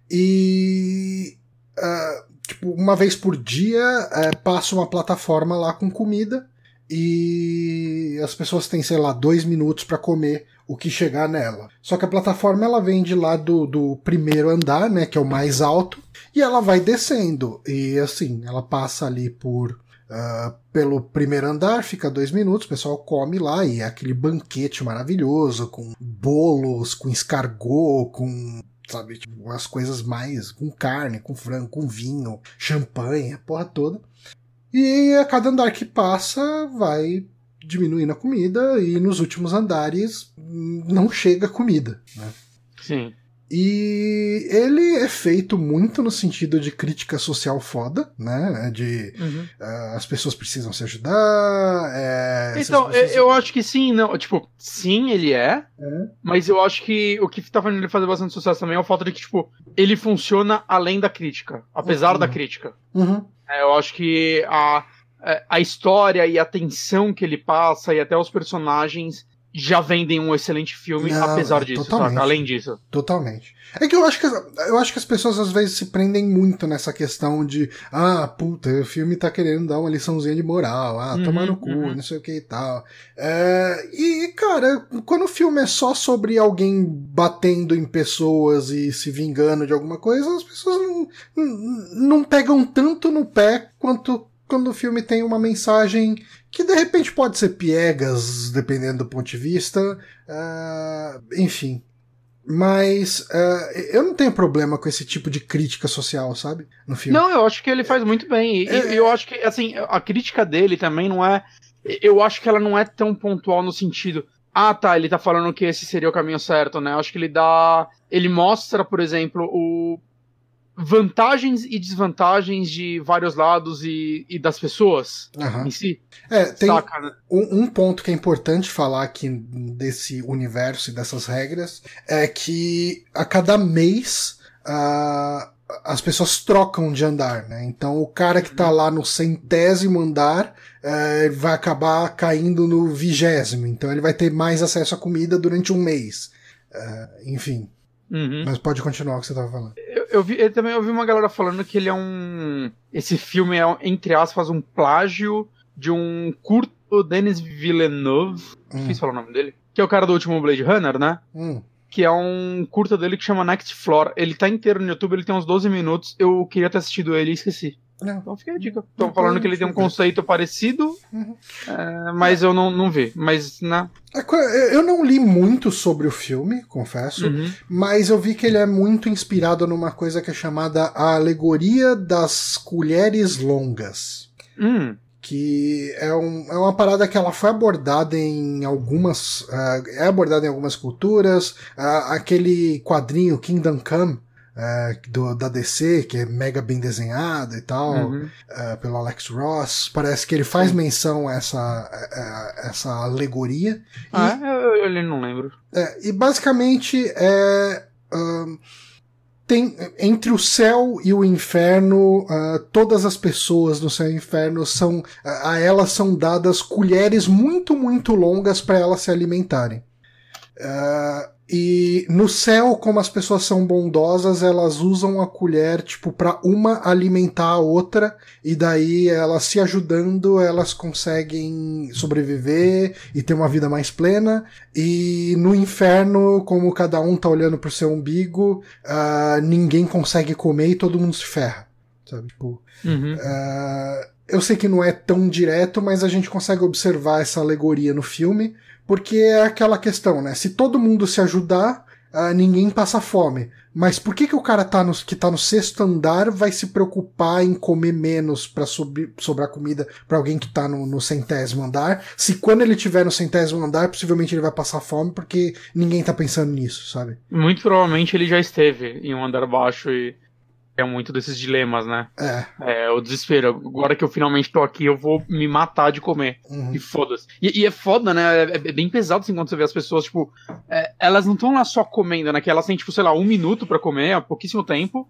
e uh, tipo, uma vez por dia uh, passa uma plataforma lá com comida, e as pessoas têm, sei lá, dois minutos para comer o que chegar nela. Só que a plataforma ela vem de lá do, do primeiro andar, né, que é o mais alto, e ela vai descendo. E assim, ela passa ali por uh, pelo primeiro andar, fica dois minutos, o pessoal come lá, e é aquele banquete maravilhoso, com bolos, com escargot, com... sabe, tipo, as coisas mais... com carne, com frango, com vinho, champanhe, a porra toda. E a cada andar que passa vai diminuindo a comida, e nos últimos andares não chega comida, né? Sim. E ele é feito muito no sentido de crítica social foda, né? De uhum. uh, as pessoas precisam se ajudar. É, então, pessoas... eu acho que sim, não. Tipo, sim, ele é, é. Mas eu acho que o que tá fazendo ele fazer bastante sucesso também é o fato de que, tipo, ele funciona além da crítica, apesar uhum. da crítica. Uhum. É, eu acho que a, a história e a tensão que ele passa e até os personagens já vendem um excelente filme, não, apesar disso, saca? Além disso. Totalmente. É que eu acho que, eu acho que as pessoas às vezes se prendem muito nessa questão de ah, puta, o filme tá querendo dar uma liçãozinha de moral, ah, uhum, tomar no cu, uhum. não sei o que e tal. É, e, cara, quando o filme é só sobre alguém batendo em pessoas e se vingando de alguma coisa, as pessoas não, não pegam tanto no pé quanto quando o filme tem uma mensagem que de repente pode ser piegas, dependendo do ponto de vista, uh, enfim. Mas uh, eu não tenho problema com esse tipo de crítica social, sabe? No filme. Não, eu acho que ele faz muito bem. E é... eu acho que, assim, a crítica dele também não é... Eu acho que ela não é tão pontual no sentido... Ah, tá, ele tá falando que esse seria o caminho certo, né? Eu acho que ele dá... Ele mostra, por exemplo, o... vantagens e desvantagens de vários lados e, e das pessoas uhum. em si. É, tem Saca, né? um, um ponto que é importante falar aqui desse universo e dessas regras é que a cada mês uh, as pessoas trocam de andar, né? Então o cara que tá lá no centésimo andar uh, vai acabar caindo no vigésimo, então ele vai ter mais acesso à comida durante um mês. Uh, enfim. Uhum. Mas pode continuar o que você tava falando. Eu, eu, vi, eu também ouvi uma galera falando que ele é um... Esse filme é, entre aspas, um plágio de um curto Denis Villeneuve, hum. difícil falar o nome dele, que é o cara do último Blade Runner, né? Hum. Que é um curta dele que chama Next Floor. Ele tá inteiro no YouTube, ele tem uns doze minutos. Eu queria ter assistido ele e esqueci. Não. Então fica a dica. Estão falando que ele tem um conceito parecido, uhum. é, mas eu não, não vi. Mas, né? Eu não li muito sobre o filme, confesso, uhum. mas eu vi que ele é muito inspirado numa coisa que é chamada a alegoria das colheres longas. Hum. Que é, um, é uma parada que ela foi abordada em algumas... Uh, é abordada em algumas culturas. Uh, aquele quadrinho Kingdom Come, Uh, do, da D C, que é mega bem desenhado e tal, uhum. uh, pelo Alex Ross. Parece que ele faz Sim. menção a essa, a, a essa alegoria. Ah, e, eu, eu não lembro. É, e basicamente é, uh, tem, entre o céu e o inferno, uh, todas as pessoas no céu e inferno são, uh, a elas são dadas colheres muito, muito longas para elas se alimentarem. Uh, e no céu, como as pessoas são bondosas, elas usam a colher, tipo, pra uma alimentar a outra, e daí elas se ajudando, elas conseguem sobreviver e ter uma vida mais plena. E no inferno, como cada um tá olhando pro seu umbigo, uh, ninguém consegue comer e todo mundo se ferra, sabe? Tipo, uhum. uh, eu sei que não é tão direto, mas a gente consegue observar essa alegoria no filme, porque é aquela questão, né? Se todo mundo se ajudar, uh, ninguém passa fome. Mas por que que o cara tá no, que tá no sexto andar vai se preocupar em comer menos pra sob, sobrar comida pra alguém que tá no, no centésimo andar, se quando ele tiver no centésimo andar, possivelmente ele vai passar fome porque ninguém tá pensando nisso, sabe? Muito provavelmente ele já esteve em um andar baixo e é muito desses dilemas, né? É. É, o desespero. Agora que eu finalmente tô aqui, eu vou me matar de comer. Uhum. E foda-se. E, e é foda, né? É, é bem pesado assim quando você vê as pessoas, tipo, é, elas não estão lá só comendo, né? Que elas têm, tipo, sei lá, um minuto pra comer, há pouquíssimo tempo.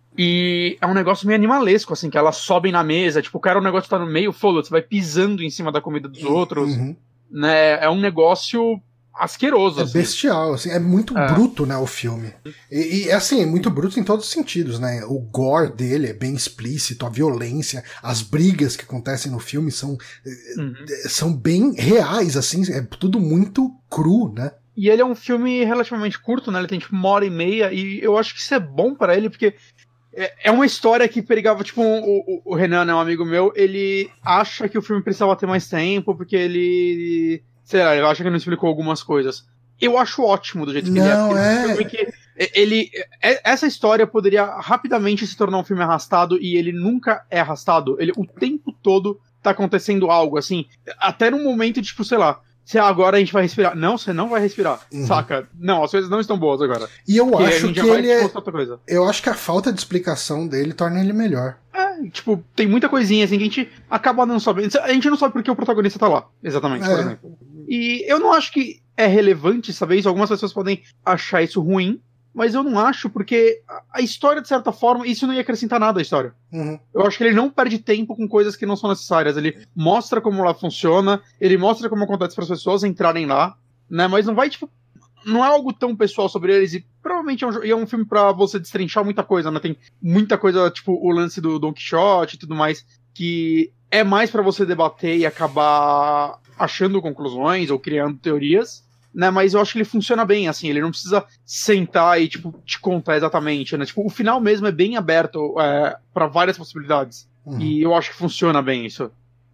E é um negócio meio animalesco, assim, que elas sobem na mesa, tipo, o cara, o negócio tá no meio, foda-se, vai pisando em cima da comida dos outros. Uhum. Né? É um negócio asqueroso, É assim. bestial, assim, é muito É. bruto, né, o filme. E, e, assim, é muito bruto em todos os sentidos, né? O gore dele é bem explícito, a violência, as brigas que acontecem no filme são, Uhum. são bem reais, assim, é tudo muito cru, né? E ele é um filme relativamente curto, né? Ele tem tipo uma hora e meia, e eu acho que isso é bom pra ele, porque é uma história que perigava, tipo, um, o, o Renan, né, um amigo meu, ele acha que o filme precisava ter mais tempo, porque ele... Sei lá, ele acha que não explicou algumas coisas. Eu acho ótimo do jeito que Não, ele é. é... Um filme que ele, essa história poderia rapidamente se tornar um filme arrastado, e ele nunca é arrastado. Ele, o tempo todo tá acontecendo algo, assim, até num momento, tipo, sei lá, se agora a gente vai respirar. Não, você não vai respirar, uhum. Saca? Não, as coisas não estão boas agora. E eu Porque acho a gente que já vai ele te é... mostrar outra coisa. Eu acho que a falta de explicação dele torna ele melhor. É, tipo, tem muita coisinha assim que a gente acaba não sabendo. A gente não sabe porque o protagonista tá lá, exatamente, é. por exemplo. E eu não acho que é relevante saber isso. Algumas pessoas podem achar isso ruim, mas eu não acho, porque a história, de certa forma, isso não ia acrescentar nada à história. Uhum. Eu acho que ele não perde tempo com coisas que não são necessárias. Ele mostra como lá funciona, ele mostra como acontece para as pessoas entrarem lá, né? Mas não vai, tipo, não é algo tão pessoal sobre eles, e provavelmente é um, é um filme pra você destrinchar muita coisa, né? Tem muita coisa, tipo o lance do Don Quixote e tudo mais, que é mais pra você debater e acabar achando conclusões ou criando teorias, né? Mas eu acho que ele funciona bem, assim, ele não precisa sentar e, tipo, te contar exatamente, né? Tipo, o final mesmo é bem aberto é, pra várias possibilidades. Uhum. E eu acho que funciona bem isso.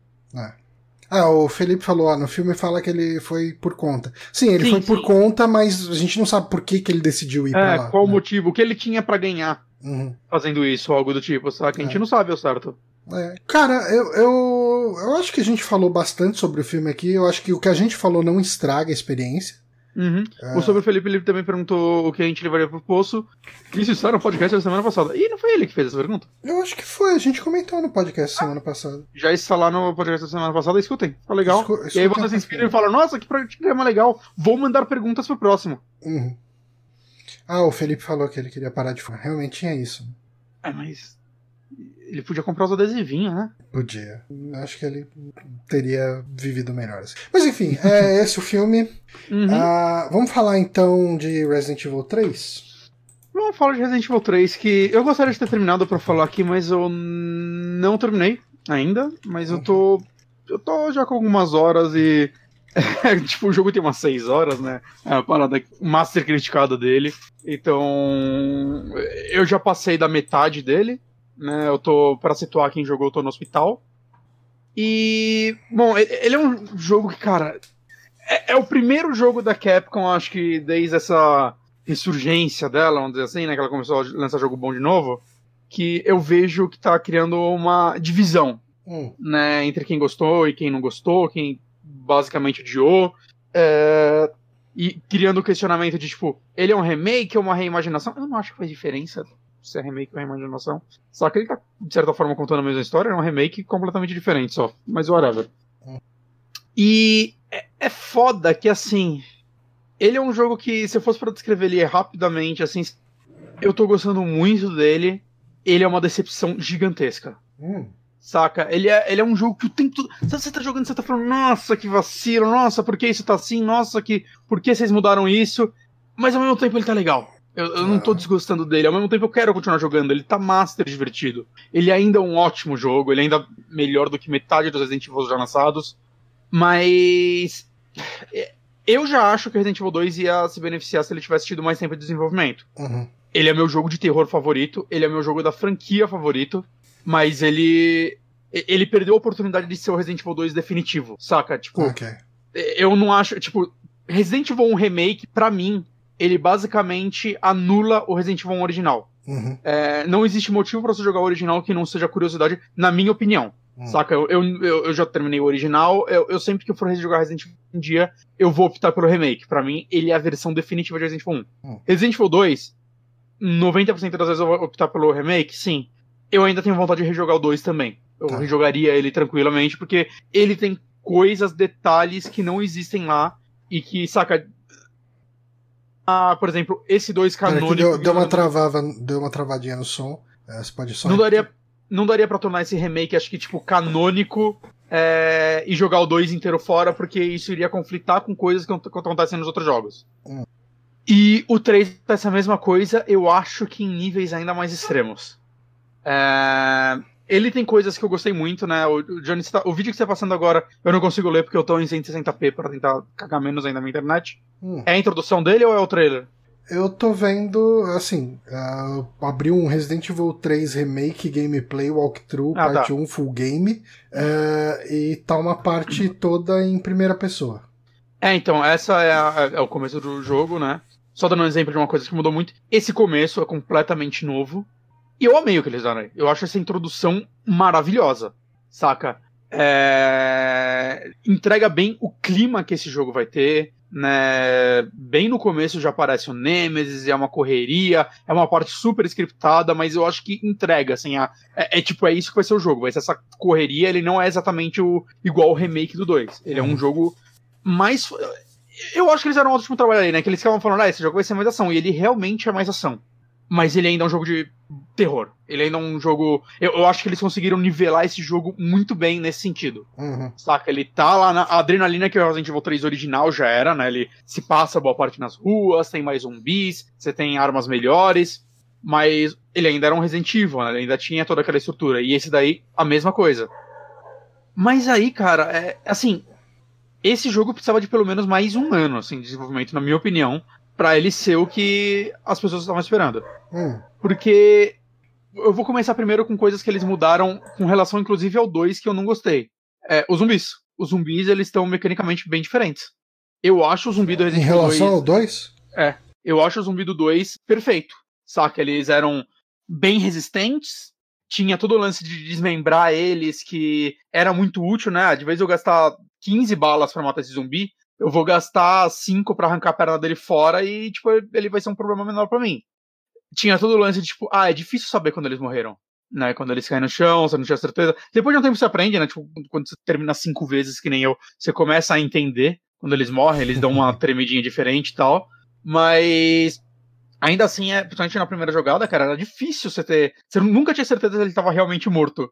É. Ah, o Felipe falou, ah, no filme fala que ele foi por conta. Sim, ele sim, foi sim. por conta, mas a gente não sabe por que, que ele decidiu ir é, pra lá. Qual né? o motivo, o que ele tinha pra ganhar uhum. fazendo isso, algo do tipo, sabe? Que a gente é. não sabe ao certo. É. Cara, eu, eu, eu acho que a gente falou bastante sobre o filme aqui, eu acho que o que a gente falou não estraga a experiência. Uhum. É. O sobre o Felipe, ele também perguntou o que a gente levaria pro poço. Isso está no podcast da semana passada. E não foi ele que fez essa pergunta? Eu acho que foi, a gente comentou no podcast ah, semana passada. Já está lá no podcast da semana passada, escutem, ficou legal. Escu e aí vocês se inspiram e falam, nossa, que programa legal, vou mandar perguntas pro próximo. Uhum. Ah, o Felipe falou que ele queria parar de fumar. Realmente tinha isso. É, mas ele podia comprar os adesivinhos, né? Podia. Acho que ele teria vivido melhor assim. Mas enfim, é esse o filme. Uhum. Ah, vamos falar então de Resident Evil três? Vamos falar de Resident Evil três, que eu gostaria de ter terminado pra falar aqui, mas eu não terminei ainda. Mas eu tô. Eu tô já com algumas horas e. tipo, o jogo tem umas seis horas, né? É a parada master criticada dele. Então. Eu já passei da metade dele. Né, eu tô, pra situar quem jogou, eu tô no hospital. E, bom, ele é um jogo que, cara, é, é o primeiro jogo da Capcom, acho que desde essa ressurgência dela, vamos dizer assim, né, que ela começou a lançar jogo bom de novo, que eu vejo que tá criando uma divisão, hum. né, entre quem gostou e quem não gostou, quem basicamente odiou, é, e criando o questionamento de, tipo, ele é um remake ou uma reimaginação? Eu não acho que faz diferença se é remake ou reimaginação. Só que ele tá, de certa forma, contando a mesma história, é um remake completamente diferente só. Mas whatever. Hum. E é, é foda que, assim, ele é um jogo que, se eu fosse pra descrever ele rapidamente, assim, eu tô gostando muito dele. Ele é uma decepção gigantesca. Hum. saca? Ele é, ele é um jogo que o tempo todo... Sabe, você tá jogando, você tá falando, nossa, que vacilo, nossa, por que isso tá assim, nossa, que... por que vocês mudaram isso? Mas ao mesmo tempo ele tá legal. Eu, eu não tô desgostando dele, ao mesmo tempo eu quero continuar jogando, ele tá master divertido. Ele ainda é um ótimo jogo, ele ainda é melhor do que metade dos Resident Evil já lançados, mas... eu já acho que Resident Evil dois ia se beneficiar se ele tivesse tido mais tempo de desenvolvimento. Uhum. Ele é meu jogo de terror favorito, ele é meu jogo da franquia favorito, mas ele... ele perdeu a oportunidade de ser o Resident Evil dois definitivo, saca? Tipo, okay. eu não acho... Tipo, Resident Evil um Remake, pra mim, ele basicamente anula o Resident Evil um original. Uhum. É, não existe motivo pra você jogar o original que não seja curiosidade, na minha opinião. Uhum. Saca? Eu, eu, eu já terminei o original, eu, eu sempre que eu for jogar Resident Evil um dia, eu vou optar pelo remake. Pra mim, ele é a versão definitiva de Resident Evil um. Uhum. Resident Evil dois, noventa por cento das vezes eu vou optar pelo remake, sim. Eu ainda tenho vontade de rejogar o dois também. Eu tá. rejogaria ele tranquilamente, porque ele tem coisas, detalhes que não existem lá, e que, saca... Ah, por exemplo, esse dois canônico... Deu, deu, uma travava, deu uma travadinha no som. É, você pode só... Não daria, não daria pra tornar esse remake, acho que, tipo, canônico é, e jogar o dois inteiro fora, porque isso iria conflitar com coisas que, que acontecem nos outros jogos. Hum. E o três, essa mesma coisa, eu acho que em níveis ainda mais extremos. É... Ele tem coisas que eu gostei muito, né? O, o, Johnny, tá, o vídeo que você tá passando agora, eu não consigo ler porque eu tô em cento e sessenta p pra tentar cagar menos ainda na minha internet. Hum. É a introdução dele ou é o trailer? Eu tô vendo, assim, uh, abriu um Resident Evil três Remake Gameplay Walkthrough, ah, parte tá. um Full Game, uh, e tá uma parte toda em primeira pessoa. É, então, essa é, a, é o começo do jogo, né? Só dando um exemplo de uma coisa que mudou muito. Esse começo é completamente novo. E eu amei o que eles fizeram aí. Eu acho essa introdução maravilhosa, saca? É... Entrega bem o clima que esse jogo vai ter, né? Bem no começo já aparece o Nemesis, é uma correria, é uma parte super scriptada, mas eu acho que entrega, assim, a... é, é tipo, é isso que vai ser o jogo. Vai ser essa correria, ele não é exatamente o igual o remake do dois. Ele é um jogo mais... Eu acho que eles fizeram um ótimo trabalho aí, né? Que eles ficavam falando, ah, esse jogo vai ser mais ação. E ele realmente é mais ação. Mas ele ainda é um jogo de terror. Ele ainda é um jogo... Eu, eu acho que eles conseguiram nivelar esse jogo muito bem nesse sentido. Uhum. Saca? Ele tá lá na... A adrenalina que o Resident Evil três original já era, né? Ele se passa boa parte nas ruas, tem mais zumbis, você tem armas melhores, mas ele ainda era um Resident Evil, né? Ele ainda tinha toda aquela estrutura. E esse daí, a mesma coisa. Mas aí, cara, é... assim... Esse jogo precisava de pelo menos mais um ano, assim, de desenvolvimento, na minha opinião, pra ele ser o que as pessoas estavam esperando. Hum. Porque eu vou começar primeiro com coisas que eles mudaram com relação, inclusive, ao dois, que eu não gostei. É, os zumbis. Os zumbis, eles estão mecanicamente bem diferentes. Eu acho o zumbi do Resident Evil dois... Em relação ao dois? É. Eu acho o zumbi do dois perfeito. Saca? Eles eram bem resistentes. Tinha todo o lance de desmembrar eles, que era muito útil, né? De vez eu gastar quinze balas pra matar esse zumbi, eu vou gastar cinco pra arrancar a perna dele fora e, tipo, ele vai ser um problema menor pra mim. Tinha todo o lance de, tipo, ah, é difícil saber quando eles morreram, né? Quando eles caem no chão, você não tinha certeza. Depois de um tempo você aprende, né? Tipo, quando você termina cinco vezes, que nem eu, você começa a entender quando eles morrem, eles dão uma tremidinha diferente e tal. Mas... ainda assim, é, principalmente na primeira jogada, cara, era difícil você ter... Você nunca tinha certeza se ele estava realmente morto.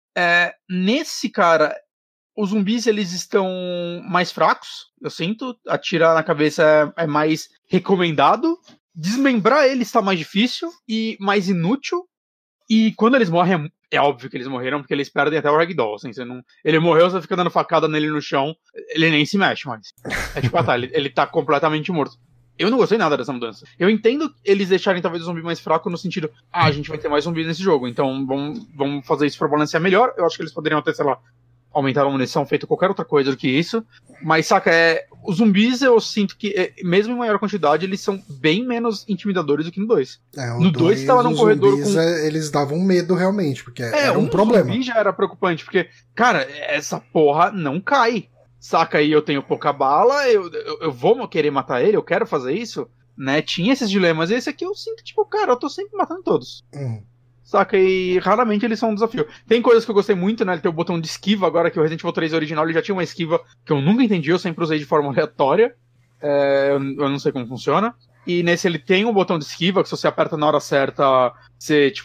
É, nesse, cara, os zumbis, eles estão mais fracos, eu sinto. Atirar na cabeça é, é mais recomendado. Desmembrar eles está mais difícil e mais inútil. E quando eles morrem, é, é óbvio que eles morreram, porque eles perdem até o ragdoll. Assim, você não... Ele morreu, você fica dando facada nele no chão, ele nem se mexe mais. É tipo, ah tá, ele, ele tá completamente morto. Eu não gostei nada dessa mudança. Eu entendo eles deixarem talvez o zumbi mais fraco no sentido, ah, a gente vai ter mais zumbis nesse jogo, então vamos, vamos fazer isso pra balancear melhor. Eu acho que eles poderiam até, sei lá, aumentar a munição, feito qualquer outra coisa do que isso. Mas, saca, é, os zumbis eu sinto que, é, mesmo em maior quantidade, eles são bem menos intimidadores do que no dois. É, no dois você tava num corredor com... É, eles davam medo realmente, porque é, era um, um problema. Zumbi já era preocupante, porque, cara, essa porra não cai. Saca, aí eu tenho pouca bala, eu, eu, eu vou querer matar ele, eu quero fazer isso, né? Tinha esses dilemas. Esse aqui eu sinto, tipo, cara, eu tô sempre matando todos. Uhum. Saca, e raramente eles são um desafio. Tem coisas que eu gostei muito, né? Ele tem o botão de esquiva agora, que o Resident Evil três original ele já tinha uma esquiva que eu nunca entendi, eu sempre usei de forma aleatória. É, eu, eu não sei como funciona. E nesse ele tem um botão de esquiva, que se você aperta na hora certa, você, tipo,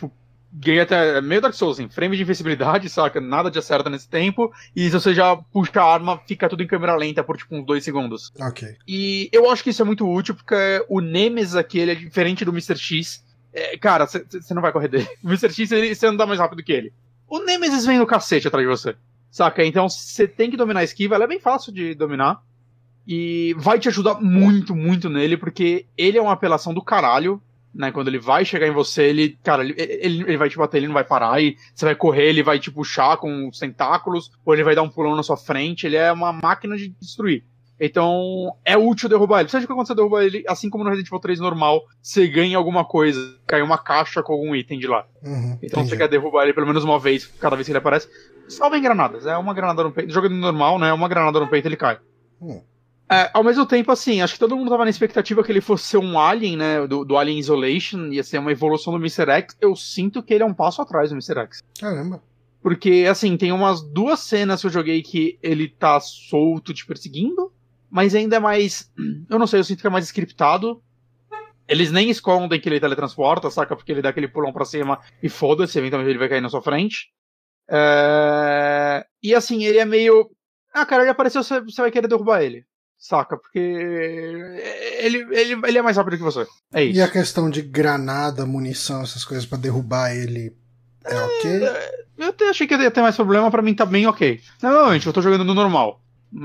ganha até meio Dark Souls, assim, frame de invencibilidade, saca? Nada de acerta nesse tempo, e se você já puxa a arma, fica tudo em câmera lenta por tipo uns dois segundos. Ok. E eu acho que isso é muito útil, porque o Nemesis aqui, ele é diferente do mister X. É, cara, você não vai correr dele. O mister X, você anda mais rápido que ele. O Nemesis vem no cacete atrás de você, saca? Então você tem que dominar a esquiva, ela é bem fácil de dominar, e vai te ajudar muito, muito nele, porque ele é uma apelação do caralho, né? Quando ele vai chegar em você, ele, cara, ele, ele, ele vai te bater, ele não vai parar, e você vai correr, ele vai te puxar com os tentáculos, ou ele vai dar um pulão na sua frente, ele é uma máquina de destruir. Então, é útil derrubar ele. Seja que quando você derruba ele, assim como no Resident Evil três normal, você ganha alguma coisa, cai uma caixa com algum item de lá. Uhum, então entendi. você quer derrubar ele pelo menos uma vez, cada vez que ele aparece. Salva em granadas, é uma granada no peito. Jogando normal, né? Uma granada no peito ele cai. Hum. É, ao mesmo tempo, assim, acho que todo mundo tava na expectativa que ele fosse ser um Alien, né? Do, do Alien Isolation, ia ser uma evolução do mister X. Eu sinto que ele é um passo atrás do mister X. Caramba. Porque, assim, tem umas duas cenas que eu joguei que ele tá solto te perseguindo, mas ainda é mais... Eu não sei, eu sinto que é mais scriptado. Eles nem escondem que ele teletransporta, saca? Porque ele dá aquele pulão pra cima e foda-se, eventualmente ele vai cair na sua frente. É... E, assim, ele é meio... Ah, cara, ele apareceu, você vai querer derrubar ele. Saca? Porque ele, ele, ele é mais rápido que você. É isso. E a questão de granada, munição, essas coisas pra derrubar ele é, é ok? Eu até achei que ia ter mais problema, pra mim tá bem ok. Normalmente, eu tô jogando no normal.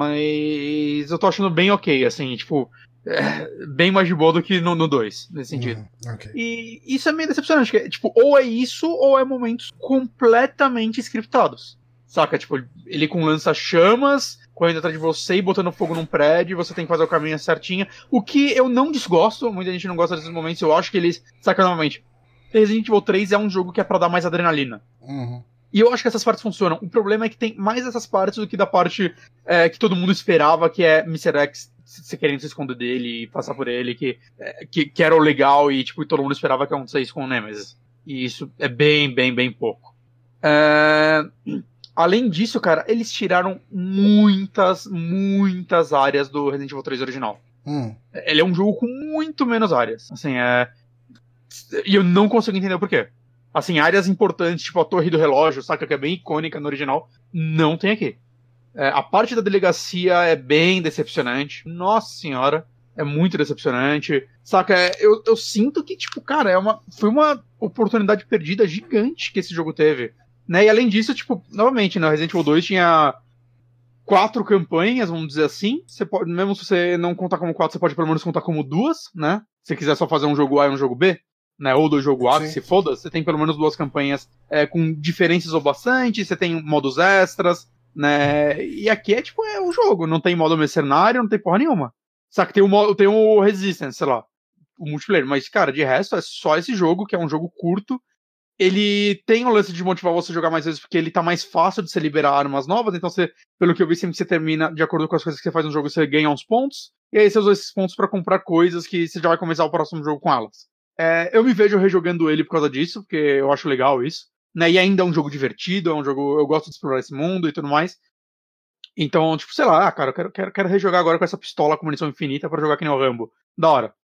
Mas eu tô achando bem ok, assim, tipo, é, bem mais de boa do que no dois, nesse sentido. Uhum, okay. E isso é meio decepcionante, que, tipo, ou é isso, ou é momentos completamente scriptados. Saca? Tipo, ele com lança-chamas, correndo atrás de você e botando fogo num prédio, você tem que fazer o caminho certinho. O que eu não desgosto, muita gente não gosta desses momentos, eu acho que eles, saca, novamente, Resident Evil três é um jogo que é pra dar mais adrenalina. Uhum. E eu acho que essas partes funcionam. O problema é que tem mais essas partes do que da parte é, que todo mundo esperava, que é mister X se querendo se esconder dele e passar por ele, que, é, que, que era o legal e tipo, todo mundo esperava que acontecesse com o Nemesis. E isso é bem, bem, bem pouco. É... Além disso, cara, eles tiraram muitas, muitas áreas do Resident Evil três original. Hum. Ele é um jogo com muito menos áreas. Assim, é... E eu não consigo entender o porquê. Assim, áreas importantes, tipo a Torre do Relógio, saca, que é bem icônica no original, não tem aqui. É, a parte da delegacia é bem decepcionante. Nossa senhora, é muito decepcionante. Saca, é, eu, eu sinto que, tipo, cara, é uma, foi uma oportunidade perdida gigante que esse jogo teve. Né? E além disso, tipo, novamente, no Resident Evil dois tinha quatro campanhas, vamos dizer assim. Você pode, mesmo se você não contar como quatro, você pode pelo menos contar como duas, né? Se você quiser só fazer um jogo A e um jogo B. Né, ou do jogo A, que se foda, você tem pelo menos duas campanhas é, com diferenças ou bastante, você tem modos extras, né, e aqui é tipo, é o jogo, não tem modo mercenário, não tem porra nenhuma. Só que tem o, modo, tem o Resistance, sei lá, o multiplayer, mas cara, de resto é só esse jogo, que é um jogo curto. Ele tem o lance de motivar você a jogar mais vezes, porque ele tá mais fácil de você liberar armas novas, então você, pelo que eu vi, sempre que você termina, de acordo com as coisas que você faz no jogo, você ganha uns pontos, e aí você usa esses pontos pra comprar coisas que você já vai começar o próximo jogo com elas. É, eu me vejo rejogando ele por causa disso, porque eu acho legal isso. Né? E ainda é um jogo divertido, é um jogo. Eu gosto de explorar esse mundo e tudo mais. Então, tipo, sei lá, cara, eu quero, quero, quero rejogar agora com essa pistola com munição infinita pra jogar que nem o Rambo. Da hora.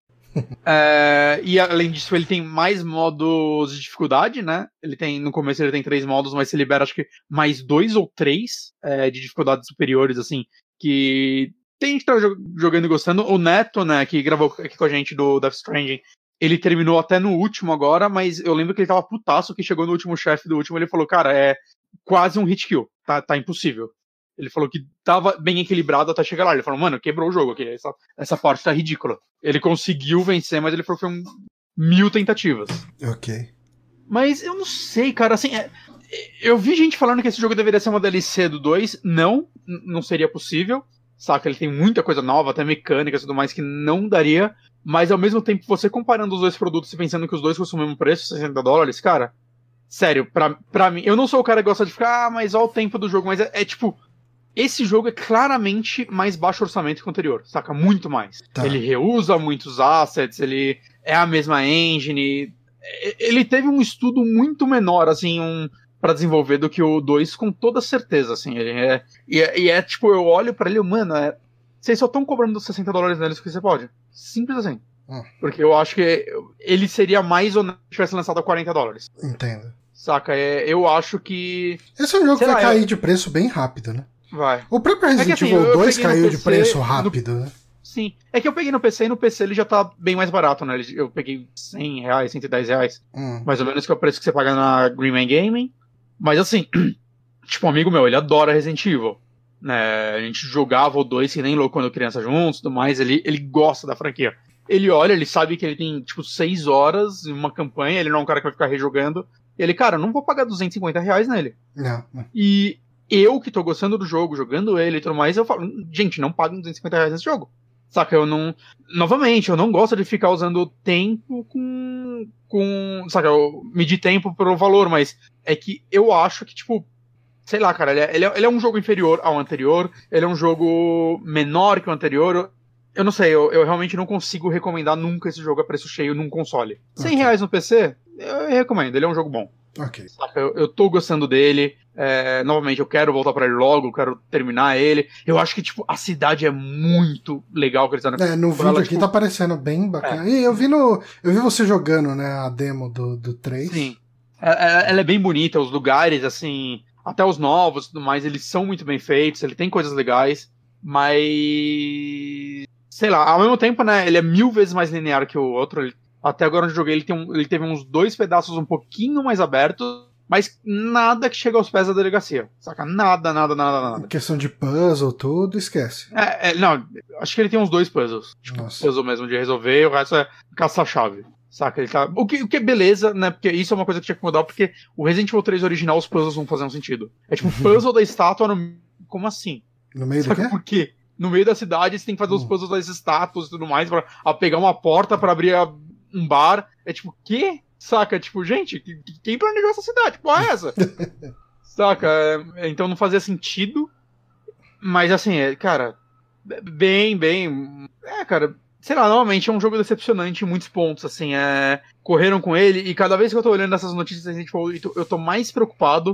é, e além disso, ele tem mais modos de dificuldade, né? Ele tem, no começo ele tem três modos, mas você libera acho que mais dois ou três é, de dificuldades superiores, assim, que tem gente que tá jogando e gostando. O Neto, né, que gravou aqui com a gente do Death Stranding, ele terminou até no último agora, mas eu lembro que ele tava putaço, que chegou no último chefe do último, ele falou, cara, é quase um hit kill, tá, tá impossível. Ele falou que tava bem equilibrado até chegar lá. Ele falou, mano, quebrou o jogo aqui, essa, essa parte tá ridícula. Ele conseguiu vencer, mas ele falou que foi um mil tentativas. Ok. Mas eu não sei, cara, assim, é, eu vi gente falando que esse jogo deveria ser uma D L C do dois, não, não seria possível, saca, ele tem muita coisa nova, até mecânicas e tudo mais que não daria. Mas ao mesmo tempo, você comparando os dois produtos e pensando que os dois custam o mesmo preço, sessenta dólares, cara, sério, pra, pra mim, eu não sou o cara que gosta de ficar, ah, mas olha o tempo do jogo, mas é, é tipo, esse jogo é claramente mais baixo orçamento que o anterior, saca? Muito mais. Tá. Ele reusa muitos assets, ele é a mesma engine, ele teve um estudo muito menor, assim, um, pra desenvolver do que o dois, com toda certeza, assim, ele é, e é, e é tipo, eu olho pra ele, mano, é, vocês só estão cobrando sessenta dólares neles porque você pode. Simples assim. Hum. Porque eu acho que ele seria mais honesto se tivesse lançado a quarenta dólares. Entendo. Saca? É, eu acho que... Esse é um jogo que vai lá, cair eu... de preço bem rápido, né? Vai. O próprio Resident é que, assim, Evil dois caiu P C, de preço rápido, no... né? Sim. É que eu peguei no P C e no P C ele já tá bem mais barato, né? Eu peguei cem reais, cento e dez reais. Hum. Mais ou menos que é o preço que você paga na Green Man Gaming. Mas assim, tipo, um amigo meu, ele adora Resident Evil. Né? A gente jogava o dois que nem louco quando criança juntos e tudo mais. Ele, ele gosta da franquia. Ele olha, ele sabe que ele tem, tipo, seis horas em uma campanha. Ele não é um cara que vai ficar rejogando. Ele, cara, eu não vou pagar duzentos e cinquenta reais nele. Não, não. E eu que tô gostando do jogo, jogando ele e tudo mais, eu falo, gente, não paguem duzentos e cinquenta reais nesse jogo. Saca, eu não... Novamente, eu não gosto de ficar usando tempo com... com saca, eu medir tempo pelo valor, mas é que eu acho que, tipo... Sei lá, cara, ele é, ele é, ele é um jogo inferior ao anterior, ele é um jogo menor que o anterior. Eu, eu não sei, eu, eu realmente não consigo recomendar nunca esse jogo a preço cheio num console. cem reais no P C, eu recomendo, ele é um jogo bom. Ok. Eu, eu tô gostando dele. É, novamente, eu quero voltar pra ele logo, eu quero terminar ele. Eu acho que, tipo, a cidade é muito legal que eles estão... É, no vídeo ela, aqui tipo... tá parecendo bem bacana. É. E eu vi no. Eu vi você jogando, né, a demo do, do três. Sim. Ela, ela é bem bonita, os lugares, assim, até os novos e tudo mais, eles são muito bem feitos, ele tem coisas legais, mas... Sei lá, ao mesmo tempo, né, ele é mil vezes mais linear que o outro. Ele... Até agora onde eu joguei, ele, tem um, ele teve uns dois pedaços um pouquinho mais abertos, mas nada que chega aos pés da delegacia, saca? Nada, nada, nada, nada. Questão de puzzle, tudo, esquece. É, é, não, acho que ele tem uns dois puzzles. Tipo, Nossa. puzzle mesmo de resolver, o resto é caça-chave. Saca? Ele tá... o, que, o que é beleza, né? Porque isso é uma coisa que tinha que mudar, porque o Resident Evil três original, os puzzles não faziam sentido. É tipo, o puzzle da estátua no... Como assim? No meio Saca do quê? por quê? No meio da cidade, você tem que fazer hum. os puzzles das estátuas e tudo mais, pra a pegar uma porta pra abrir a... um bar. É tipo, quê? Saca? Tipo, gente, quem planejou essa cidade? Qual é essa? Saca? É, então não fazia sentido. Mas assim, é, cara, bem, bem. É, cara, sei lá, novamente é um jogo decepcionante em muitos pontos. Assim, é, correram com ele e cada vez que eu tô olhando essas notícias, a gente falou, eu tô mais preocupado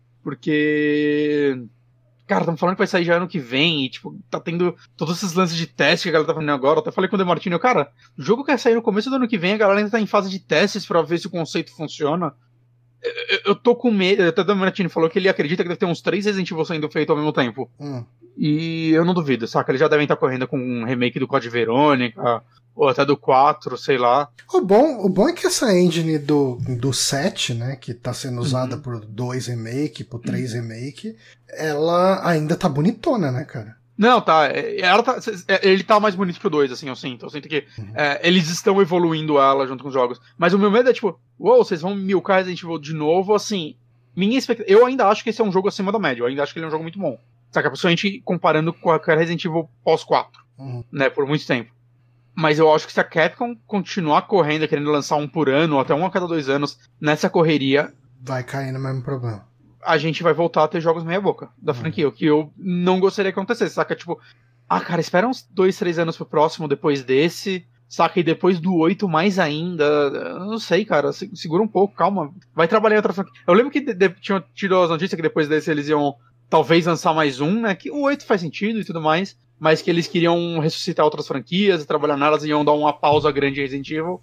porque. Cara, estamos falando que vai sair já ano que vem e, tipo, tá tendo todos esses lances de teste que a galera tá fazendo agora. Eu até falei com o Demartini, cara, o jogo quer sair no começo do ano que vem, a galera ainda tá em fase de testes pra ver se o conceito funciona. Eu, eu, eu tô com medo. Até o Demartini falou que ele acredita que deve ter uns três Resident Evil sendo feito ao mesmo tempo. Hum. E eu não duvido, saca? Eles já devem estar correndo com um remake do Code Verônica, ou até do quatro, sei lá. O bom, o bom é que essa engine do, do sete, né, que tá sendo usada uhum. por dois remake, por três uhum. remake, ela ainda tá bonitona, né, cara? Não, tá. Ela tá ele tá mais bonito que o dois, assim, eu sinto. Eu sinto que uhum. é, eles estão evoluindo ela junto com os jogos. Mas o meu medo é, tipo, uou, wow, vocês vão milcar Resident Evil de novo, assim. Minha expectativa. Eu ainda acho que esse é um jogo acima da média. Eu ainda acho que ele é um jogo muito bom. Saca? Principalmente comparando com a Resident Evil pós quatro, uhum. né, por muito tempo. Mas eu acho que se a Capcom continuar correndo, querendo lançar um por ano, ou até um a cada dois anos, nessa correria... Vai cair no mesmo problema. A gente vai voltar a ter jogos meia boca da uhum. franquia, o que eu não gostaria que acontecesse, saca? Tipo, ah, cara, espera uns dois, três anos pro próximo, depois desse, saca? E depois do oito mais ainda, eu não sei, cara, segura um pouco, calma. Vai trabalhar em outra franquia. Eu lembro que de, de, tinham tido as notícias que depois desse eles iam... talvez lançar mais um, né? Que o oito faz sentido e tudo mais, mas que eles queriam ressuscitar outras franquias e trabalhar nelas e iam dar uma pausa grande em Resident Evil.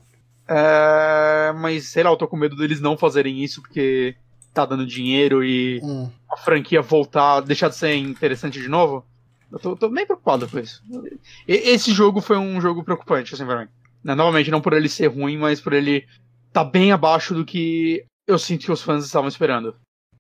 É... Mas, sei lá, eu tô com medo deles não fazerem isso porque tá dando dinheiro e hum. a franquia voltar, deixar de ser interessante de novo. Eu tô, tô bem preocupado com isso. E, esse jogo foi um jogo preocupante, assim, pra mim. Né? Novamente, não por ele ser ruim, mas por ele tá bem abaixo do que eu sinto que os fãs estavam esperando.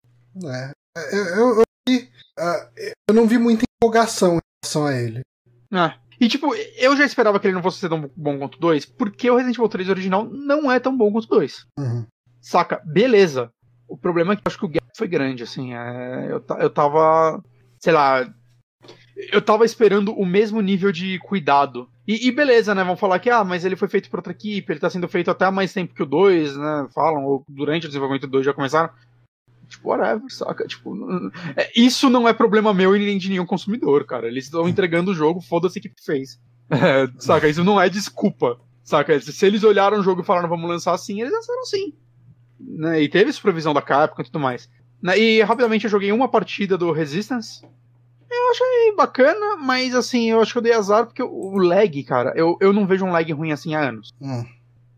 É, eu... eu, eu... Uh, eu não vi muita empolgação em relação a ele. Ah, e tipo, eu já esperava que ele não fosse ser tão bom quanto o dois, porque o Resident Evil três original não é tão bom quanto o dois. Uhum. Saca? Beleza. O problema é que eu acho que o gap foi grande, assim. É, eu, eu tava... Sei lá... Eu tava esperando o mesmo nível de cuidado. E, e beleza, né? Vão falar que, ah, mas ele foi feito por outra equipe, ele tá sendo feito até há mais tempo que o dois, né? Falam, ou durante o desenvolvimento do dois já começaram. Tipo, whatever, saca? Tipo, é, isso não é problema meu e nem de nenhum consumidor, cara. Eles estão entregando o jogo, foda-se que fez. É, saca? Isso não é desculpa, saca? Se eles olharam o jogo e falaram, vamos lançar assim, eles lançaram sim. Né? E teve supervisão da Capcom e tudo mais. Né? E rapidamente eu joguei uma partida do Resistance. Eu achei bacana, mas assim, eu acho que eu dei azar porque o lag, cara, eu, eu não vejo um lag ruim assim há anos. Hum.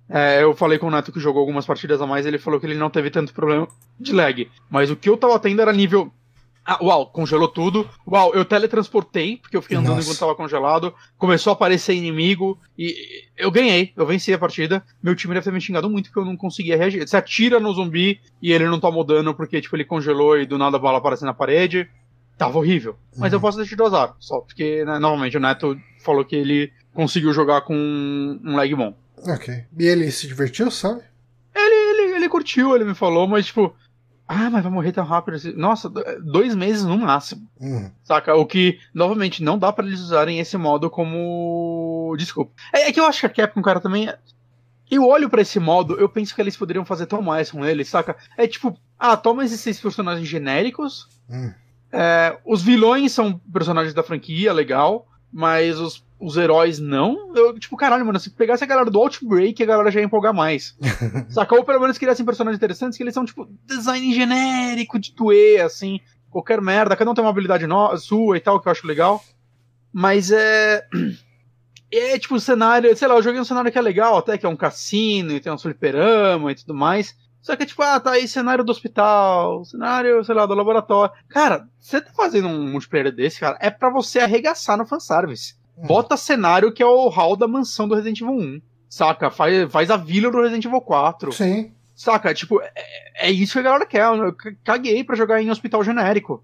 É, eu falei com o Neto que jogou algumas partidas a mais, ele falou que ele não teve tanto problema de lag. Mas o que eu tava tendo era nível... Ah, uau, congelou tudo. Uau, eu teletransportei, porque eu fiquei andando Nossa. enquanto tava congelado. Começou a aparecer inimigo. E eu ganhei, eu venci a partida. Meu time deve ter me xingado muito porque eu não conseguia reagir. Você atira no zumbi e ele não tomou dano porque tipo, ele congelou e do nada a bala aparece na parede. Tava horrível. Mas Uhum. eu posso deixar do azar. Só porque, né, novamente, o Neto falou que ele conseguiu jogar com um lag bom. Ok. E ele se divertiu, sabe? Ele, ele, ele curtiu, ele me falou, mas tipo... Ah, mas vai morrer tão rápido assim. Nossa, dois meses no máximo. Uhum. Saca? O que, novamente, não dá pra eles usarem esse modo como... Desculpa. É, é que eu acho que a Capcom, cara, também... Eu olho pra esse modo, eu penso que eles poderiam fazer tão mais com ele, saca? É tipo... Ah, toma esses seis personagens genéricos. Uhum. É, os vilões são personagens da franquia, legal. Mas os, os heróis não. Eu, tipo, caralho, mano, se pegasse a galera do Outbreak, a galera já ia empolgar mais. Saca? Ou pelo menos criassem personagens interessantes, que eles são, tipo, design genérico de tuê, assim, qualquer merda. Cada um tem uma habilidade no- sua e tal, que eu acho legal. Mas é. É, tipo, o cenário. Sei lá, eu joguei um cenário que é legal, até, que é um cassino e tem um fliperama e tudo mais. Só que, tipo, ah, tá aí cenário do hospital, cenário, sei lá, do laboratório. Cara, você tá fazendo um multiplayer desse, cara, é pra você arregaçar no fanservice. Hum. Bota cenário que é o hall da mansão do Resident Evil um. Saca? Faz, faz a vila do Resident Evil quatro. Sim. Saca? Tipo, é, é isso que a galera quer. Eu caguei pra jogar em hospital genérico.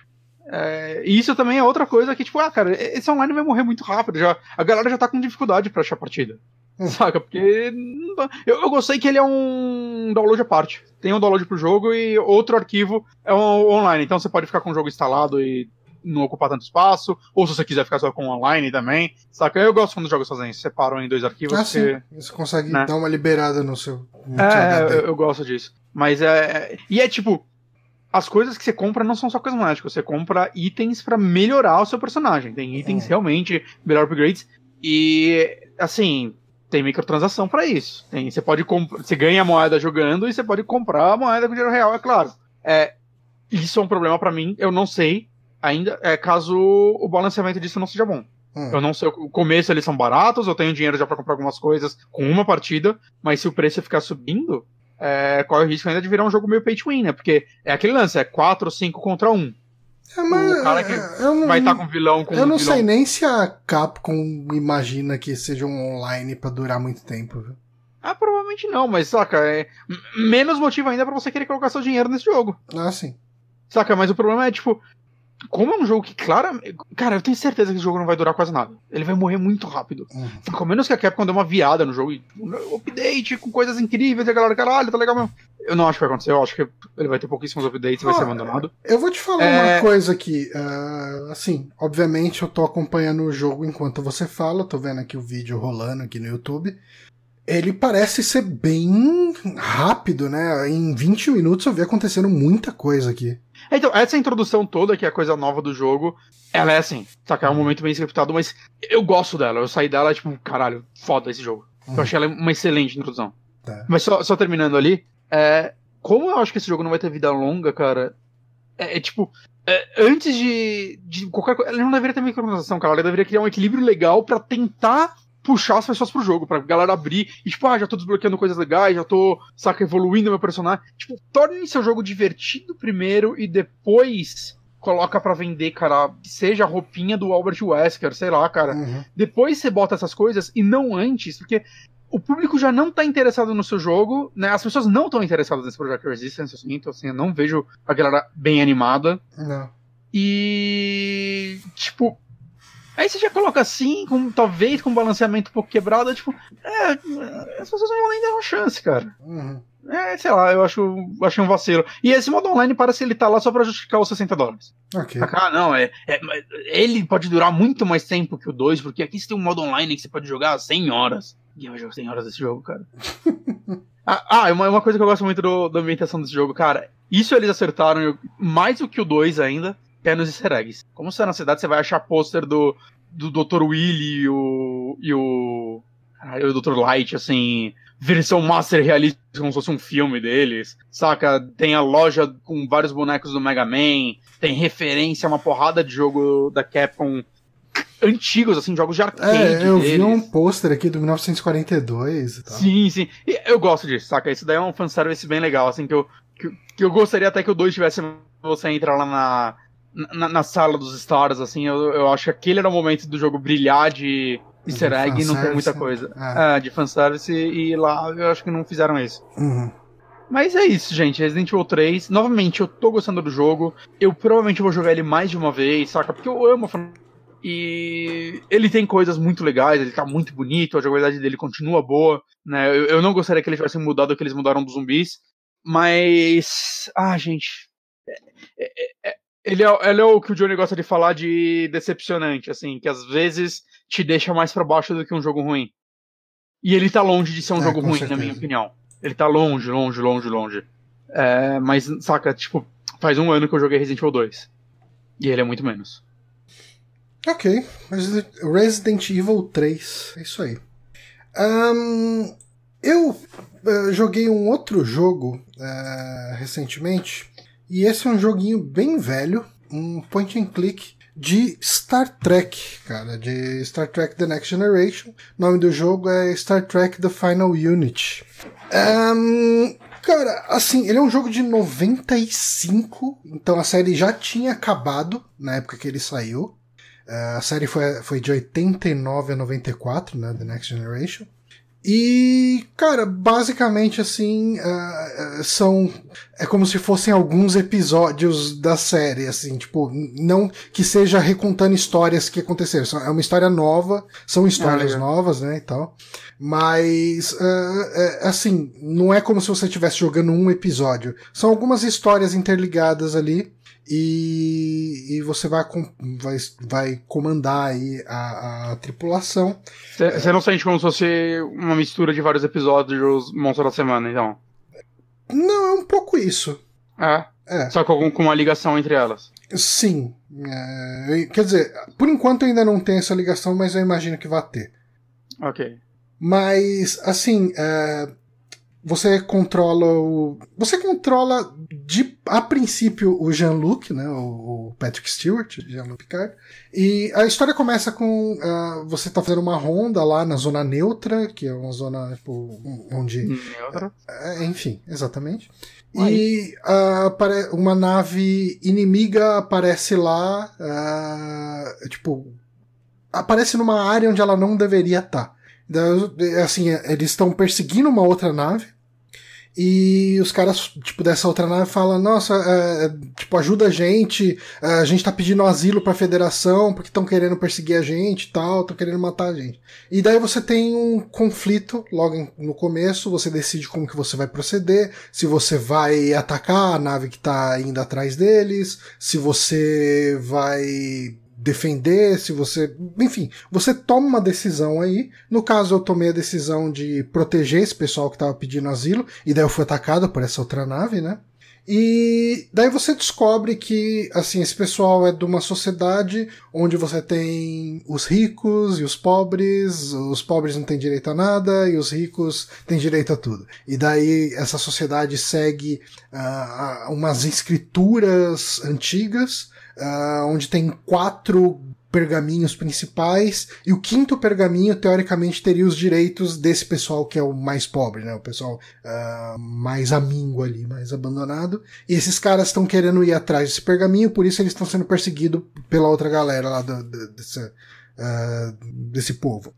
É, e isso também é outra coisa que, tipo, ah, cara, esse online vai morrer muito rápido. Já, a galera já tá com dificuldade pra achar partida. Hum. Saca? Porque. Eu, eu gostei que ele é um download à parte. Tem um download pro jogo e outro arquivo é um online. Então você pode ficar com o jogo instalado e não ocupar tanto espaço. Ou se você quiser ficar só com online também. Saca? Eu gosto quando os jogos fazem isso. Separam em dois arquivos. Ah, porque, sim. Você consegue né? dar uma liberada no seu, no seu É, H D. eu, eu gosto disso. Mas é. E é tipo. As coisas que você compra não são só cosméticos. Você compra itens pra melhorar o seu personagem. Tem itens Hum. realmente melhor upgrades. E. Assim. Tem microtransação pra isso. Tem, você pode comprar, você ganha moeda jogando e você pode comprar a moeda com dinheiro real, é claro. É, isso é um problema pra mim. Eu não sei ainda, é, caso o balanceamento disso não seja bom. Hum. Eu não sei, o começo eles são baratos, eu tenho dinheiro já pra comprar algumas coisas com uma partida, mas se o preço ficar subindo, é, corre o risco ainda de virar um jogo meio pay to win, né? Porque é aquele lance, é quatro ou cinco contra um. É, mas, O cara que eu não, vai estar com vilão com Eu não vilão. sei nem se a Capcom imagina que seja um online pra durar muito tempo, viu? Ah, provavelmente não, mas saca, é m- menos motivo ainda pra você querer colocar seu dinheiro nesse jogo. Ah, sim. Saca, mas o problema é, tipo, como é um jogo que, claramente... Cara, eu tenho certeza que esse jogo não vai durar quase nada. Ele vai morrer muito rápido. Uhum. Ao menos que a Capcom dê uma viada no jogo e um update com coisas incríveis e a galera, caralho, tá legal mesmo. Eu não acho que vai acontecer, eu acho que ele vai ter pouquíssimos updates e vai Ah, ser abandonado. Eu vou te falar É- uma coisa aqui. ah, assim, obviamente eu tô acompanhando o jogo enquanto você fala, tô vendo aqui o vídeo rolando aqui no YouTube. Ele parece ser bem rápido, né? Em vinte minutos eu vi acontecendo muita coisa aqui. Então, essa introdução toda, que é a coisa nova do jogo, ela é assim, saca? É um momento bem scriptado, mas eu gosto dela. Eu saí dela, tipo, caralho, foda esse jogo. Uhum. Eu achei ela uma excelente introdução. Tá. Mas só, só terminando ali, é, como eu acho que esse jogo não vai ter vida longa, cara, é, é tipo, é, antes de, de qualquer coisa, ele não deveria ter microtransação, cara, ele deveria criar um equilíbrio legal pra tentar puxar as pessoas pro jogo, pra galera abrir e tipo, ah, já tô desbloqueando coisas legais, já tô, saca, evoluindo meu personagem. Tipo, torne seu jogo divertido primeiro e depois coloca pra vender, cara, seja a roupinha do Albert Wesker, sei lá, cara. Uhum. Depois você bota essas coisas e não antes, porque o público já não tá interessado no seu jogo, né? As pessoas não estão interessadas nesse Project Resistance, assim, então assim, eu não vejo a galera bem animada. Não. E tipo, aí você já coloca assim, com, talvez com um balanceamento um pouco quebrado, tipo, é, as pessoas não vão nem dar uma chance, cara. Uhum. É, sei lá, eu acho, achei um vacilo. E esse modo online parece que ele tá lá só pra justificar os sessenta dólares. Ok. Ah, não, é, é, ele pode durar muito mais tempo que o dois, porque aqui você tem um modo online que você pode jogar cem horas. E eu jogo cem horas desse jogo, cara. ah, ah, uma, uma coisa que eu gosto muito do, da ambientação desse jogo, cara. Isso eles acertaram eu- mais do que o dois ainda, que é nos easter eggs. Como você tá na cidade, você vai achar pôster do, do doutor Willy e o. e o. Caralho, o doutor Light, assim. Versão master realista, como se fosse um filme deles, saca? Tem a loja com vários bonecos do Mega Man, tem referência a uma porrada de jogo da Capcom antigos, assim, jogos de arcade. É, eu deles. vi um pôster aqui do mil novecentos e quarenta e dois e tal. Sim, sim. E eu gosto disso, saca? Isso daí é um fanservice bem legal, assim, que eu, que, que eu gostaria até que o dois tivesse você entrar lá na, na, na sala dos stars, assim, eu, eu acho que aquele era o momento do jogo brilhar de easter De egg e não tem muita fanservice, coisa. é. É, de fanservice, e lá eu acho que não fizeram isso. Uhum. Mas é isso, gente. Resident Evil três, novamente, eu tô gostando do jogo. Eu provavelmente vou jogar ele mais de uma vez, saca? Porque eu amo a franquia. E ele tem coisas muito legais, ele tá muito bonito, a jogabilidade dele continua boa, né? Eu, eu não gostaria que ele tivesse mudado o que eles mudaram dos zumbis, mas. Ah, gente. É, é, é, ele, é, ele é o que o Johnny gosta de falar de decepcionante, assim, que às vezes te deixa mais pra baixo do que um jogo ruim. E ele tá longe de ser um É, jogo com ruim, certeza. na minha opinião. Ele tá longe, longe, longe, longe. É, mas, saca, tipo, faz um ano que eu joguei Resident Evil dois. E ele é muito menos. Ok, Resident Evil três, é isso aí. Um, eu uh, joguei um outro jogo uh, recentemente, e esse é um joguinho bem velho, um point and click de Star Trek, cara, de Star Trek The Next Generation. O nome do jogo é Star Trek The Final Unit. Um, cara, assim, ele é um jogo de noventa e cinco, então a série já tinha acabado na época que ele saiu. Uh, a série foi, foi de oitenta e nove a noventa e quatro, né, The Next Generation. E, cara, basicamente assim, uh, são... É como se fossem alguns episódios da série, assim, tipo, não que seja recontando histórias que aconteceram. É uma história nova, são histórias Ah, novas, né, e tal. Mas, uh, é, assim, não é como se você estivesse jogando um episódio. São algumas histórias interligadas ali. E, e você vai, vai, vai comandar aí a, a tripulação. Você não sente como se fosse uma mistura de vários episódios Monstro da Semana, então? Não, é um pouco isso. É. É. Só com, com uma ligação entre elas. Sim. É, quer dizer, por enquanto ainda não tem essa ligação, mas eu imagino que vai ter. Ok. Mas, assim, é, você controla o... Você controla, de, a princípio, o Jean-Luc, né, o, o Patrick Stewart, Jean-Luc Picard. E a história começa com... Uh, você tá fazendo uma ronda lá na zona neutra, que é uma zona, tipo, onde... Neutra? Uh, enfim, exatamente. Aí. E uh, uma nave inimiga aparece lá, uh, tipo... Aparece numa área onde ela não deveria estar. Assim, eles estão perseguindo uma outra nave e os caras, tipo, dessa outra nave falam, nossa, é, tipo, ajuda a gente, a gente tá pedindo asilo pra federação porque estão querendo perseguir a gente e tal, estão querendo matar a gente. E daí você tem um conflito logo no começo, você decide como que você vai proceder, se você vai atacar a nave que tá indo atrás deles, se você vai... defender, se você... Enfim, você toma uma decisão aí. No caso, eu tomei a decisão de proteger esse pessoal que estava pedindo asilo, e daí eu fui atacado por essa outra nave, né? E daí você descobre que, assim, esse pessoal é de uma sociedade onde você tem os ricos e os pobres, os pobres não têm direito a nada e os ricos têm direito a tudo. E daí essa sociedade segue uh, umas escrituras antigas, Uh, onde tem quatro pergaminhos principais, e o quinto pergaminho, teoricamente, teria os direitos desse pessoal que é o mais pobre, né? O pessoal uh, mais amínguo ali, mais abandonado. E esses caras estão querendo ir atrás desse pergaminho, por isso eles estão sendo perseguidos pela outra galera lá do, do, desse, uh, desse povo.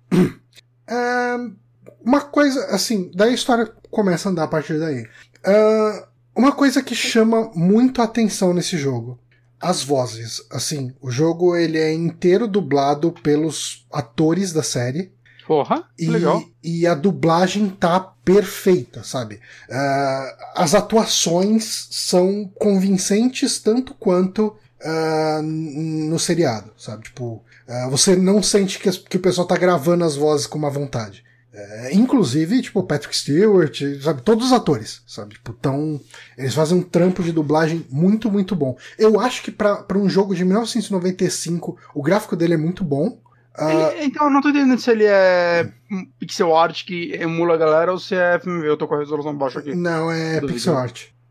Uh, uma coisa, assim, daí a história começa a andar a partir daí. Uh, uma coisa que chama muito a atenção nesse jogo: as vozes. Assim, o jogo ele é inteiro dublado pelos atores da série. Porra, e, legal. E a dublagem tá perfeita, sabe? Uh, as atuações são convincentes tanto quanto uh, no seriado, sabe? Tipo, uh, você não sente que, que o pessoal tá gravando as vozes com uma vontade. É, inclusive, tipo, Patrick Stewart, sabe, todos os atores, sabe, tipo, tão, eles fazem um trampo de dublagem muito, muito bom. Eu acho que pra, pra um jogo de mil novecentos e noventa e cinco, o gráfico dele é muito bom. Ele, Uh, então, eu não tô entendendo se ele é pixel art que emula a galera ou se é F M V, eu tô com a resolução baixa aqui. Não, é Do pixel vídeo. art.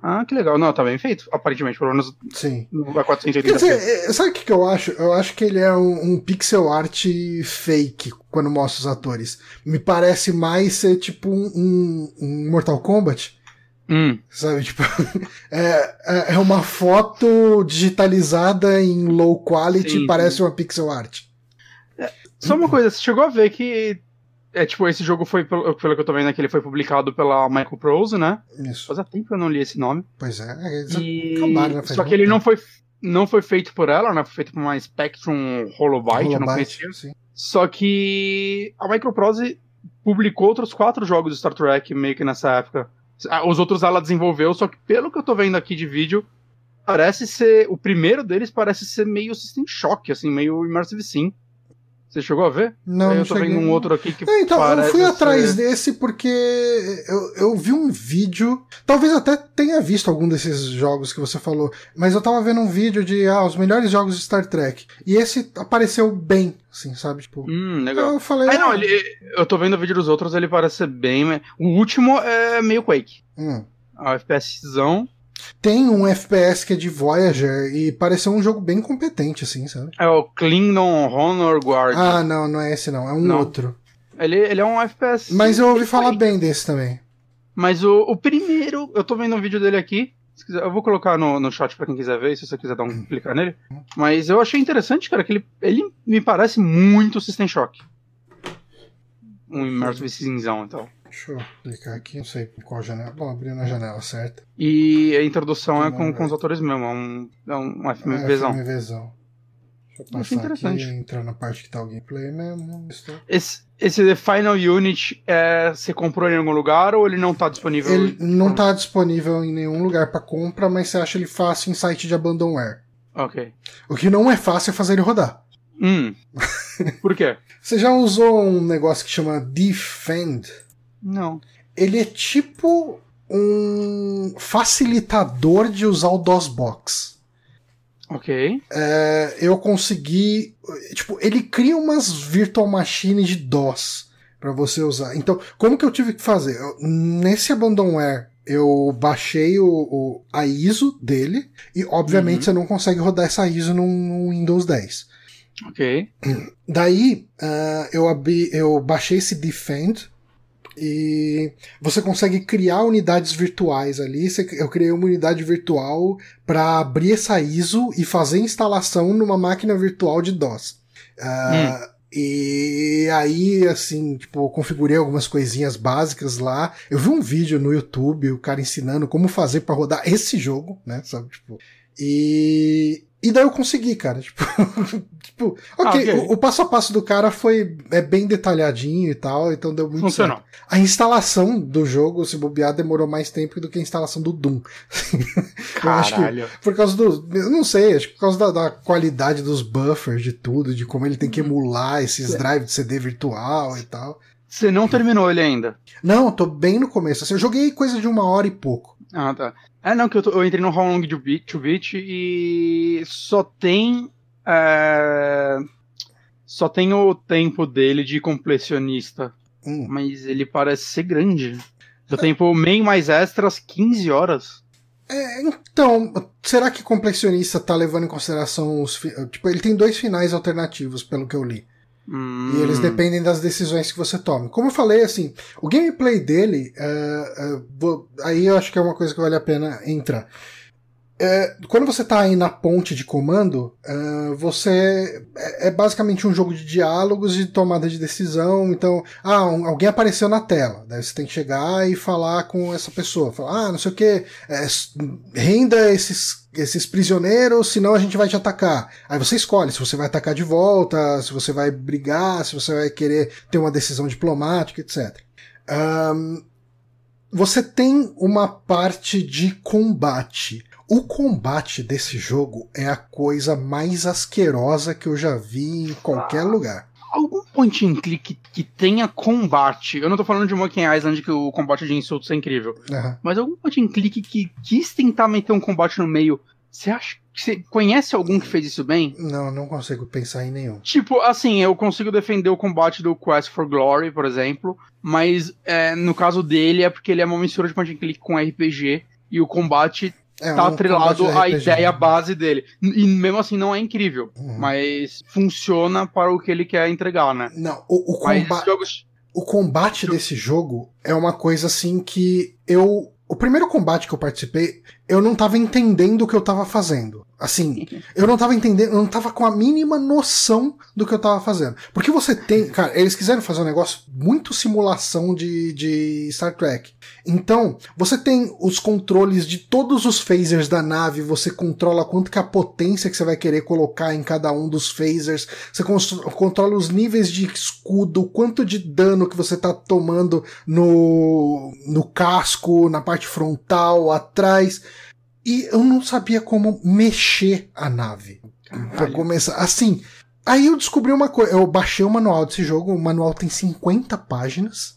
Ah, que legal. Não, tá bem feito, aparentemente, pelo menos Sim. no quatrocentos e Quer oitenta p. dizer, sabe o que, que eu acho? Eu acho que ele é um, um pixel art fake quando mostra os atores. Me parece mais ser tipo um, um, um Mortal Kombat. Hum. Sabe, tipo, é, é uma foto digitalizada em low quality, Sim, parece sim. uma pixel art. É, só uma coisa, você chegou a ver que é tipo, esse jogo foi, pelo, pelo que eu tô vendo aqui, ele foi publicado pela Microprose, né? Isso. Faz tempo que eu não li esse nome. Pois é, eles E... acabaram, né? Faz Só que muito ele não tempo. foi, não foi feito por ela, né? Foi feito por uma Spectrum Holobyte, eu não Holobyte, conhecia. sim. Só que a Microprose publicou outros quatro jogos de Star Trek meio que nessa época. Os outros ela desenvolveu, só que pelo que eu tô vendo aqui de vídeo, parece ser. O primeiro deles parece ser meio System Shock, assim, meio Immersive Sim. Você chegou a ver? Não, Aí não eu tô cheguei. vendo um outro aqui que É, então, parece eu fui atrás ser... desse porque eu, eu vi um vídeo, talvez até tenha visto algum desses jogos que você falou, mas eu tava vendo um vídeo de ah, os melhores jogos de Star Trek, e esse apareceu bem, assim, sabe? Tipo, Hum, legal. eu falei... Ah, não, ah, ele, eu tô vendo o vídeo dos outros, ele parece ser bem... O último é meio Quake. hum. A FPSzão. Tem um F P S que é de Voyager e pareceu um jogo bem competente, assim, sabe? É o Klingon Honor Guard. Ah, não, não é esse não, é um Não. outro. Ele, ele é um F P S. Mas eu ouvi Ele falar foi. bem desse também. Mas o, o primeiro, eu tô vendo um vídeo dele aqui. Se quiser, eu vou colocar no, no chat pra quem quiser ver, se você quiser dar um clicar nele. Mas eu achei interessante, cara, que ele, ele me parece muito System Shock. Um Immersive Simzão, então. Deixa eu clicar aqui, não sei qual janela. Bom, abrindo a janela certa. E a introdução é Não, com, não, com os não. atores mesmo, é um, é um É, FMVzão. FMVzão. Deixa eu Eu achei passar aqui interessante. e entrar na parte que tá o gameplay mesmo. Estou- Esse, esse The Final Unit, é, você comprou ele em algum lugar ou ele não tá disponível? Ele não tá disponível em nenhum lugar pra compra, mas você acha ele fácil em site de abandonware. Ok. O que não é fácil é fazer ele rodar. Hum. Por quê? Você já usou um negócio que chama Defend? Não. Ele é tipo um facilitador de usar o DOSBox. Ok. É, eu consegui. Tipo, ele cria umas virtual machines de DOS pra você usar. Então, como que eu tive que fazer? Eu, nesse abandonware, eu baixei o, o- a I S O dele e, obviamente, Uhum. você não consegue rodar essa I S O no, no Windows dez. Ok. Daí, ah, eu, abri, eu baixei esse Defend e você consegue criar unidades virtuais ali. Você- Eu criei uma unidade virtual para abrir essa I S O e fazer instalação numa máquina virtual de DOS. Ah, E aí, assim, tipo, eu configurei algumas coisinhas básicas lá. Eu vi um vídeo no YouTube, o cara ensinando como fazer para rodar esse jogo, né? Sabe, tipo. E. E daí eu consegui, cara. Tipo, tipo ok, Ah, ok. O, o passo a passo do cara foi é bem detalhadinho e tal, então deu muito Funcionou. certo. A instalação do jogo, se bobear, demorou mais tempo do que a instalação do Doom. Eu acho que Caralho. por causa do. Eu não sei, acho que por causa da, da qualidade dos buffers, de tudo, de como ele tem que emular esses drives de C D virtual e tal. Você não terminou ele ainda? Não, eu tô bem no começo. Assim, eu joguei coisa de uma hora e pouco. Ah, tá. É, não, que eu, tô- eu entrei no How Long to Beat, to Beat e só tem. é, Só tem o tempo dele de completionista. Hum. Mas ele parece ser grande. O tempo main mais extras, quinze horas. É, então, será que complexionista tá levando em consideração os. fi- Tipo, ele tem dois finais alternativos, pelo que eu li. Hum, E eles dependem das decisões que você toma. Como eu falei, assim, o gameplay dele, é, é, vou- aí eu acho que é uma coisa que vale a pena entrar. É, quando você tá aí na ponte de comando, é, você é, é basicamente um jogo de diálogos e tomada de decisão. Então, ah, um- alguém apareceu na tela, daí você tem que chegar e falar com essa pessoa, falar, ah, não sei o que, renda esses esses prisioneiros, senão a gente vai te atacar. Aí você escolhe se você vai atacar de volta, se você vai brigar, se você vai querer ter uma decisão diplomática, etcétera. Ahn, você tem uma parte de combate. O combate desse jogo é a coisa mais asquerosa que eu já vi em qualquer lugar. Algum point and click que tenha combate. Eu não tô falando de Monkey Island, que o combate de insultos é incrível. Aham. Mas algum point and click que quis tentar meter um combate no meio. Você acha que você conhece algum que fez isso bem? Não, não consigo pensar em nenhum. Tipo, assim, eu consigo defender o combate do Quest for Glory, por exemplo, mas é, no caso dele é porque ele é uma mistura de point and click com R P G E o combate É tá um atrelado combate à R P G, ideia né? base dele. E mesmo assim não é incrível, Uhum. mas funciona para o que ele quer entregar, né? Não, o, o Mas esses combate. jogos... O combate desse jogo é uma coisa assim que eu. O primeiro combate que eu participei, eu não tava entendendo o que eu tava fazendo. Assim, eu não tava entendendo, eu não tava com a mínima noção do que eu tava fazendo. Porque você tem. Cara, eles quiseram fazer um negócio muito simulação de, de Star Trek. Então, você tem os controles de todos os phasers da nave, você controla quanto que é a potência que você vai querer colocar em cada um dos phasers, você controla os níveis de escudo, quanto de dano que você tá tomando no, no casco, na parte frontal, atrás. E eu não sabia como mexer a nave. Pra começar. Assim, aí eu descobri uma coisa. Eu baixei o manual desse jogo, o manual tem cinquenta páginas.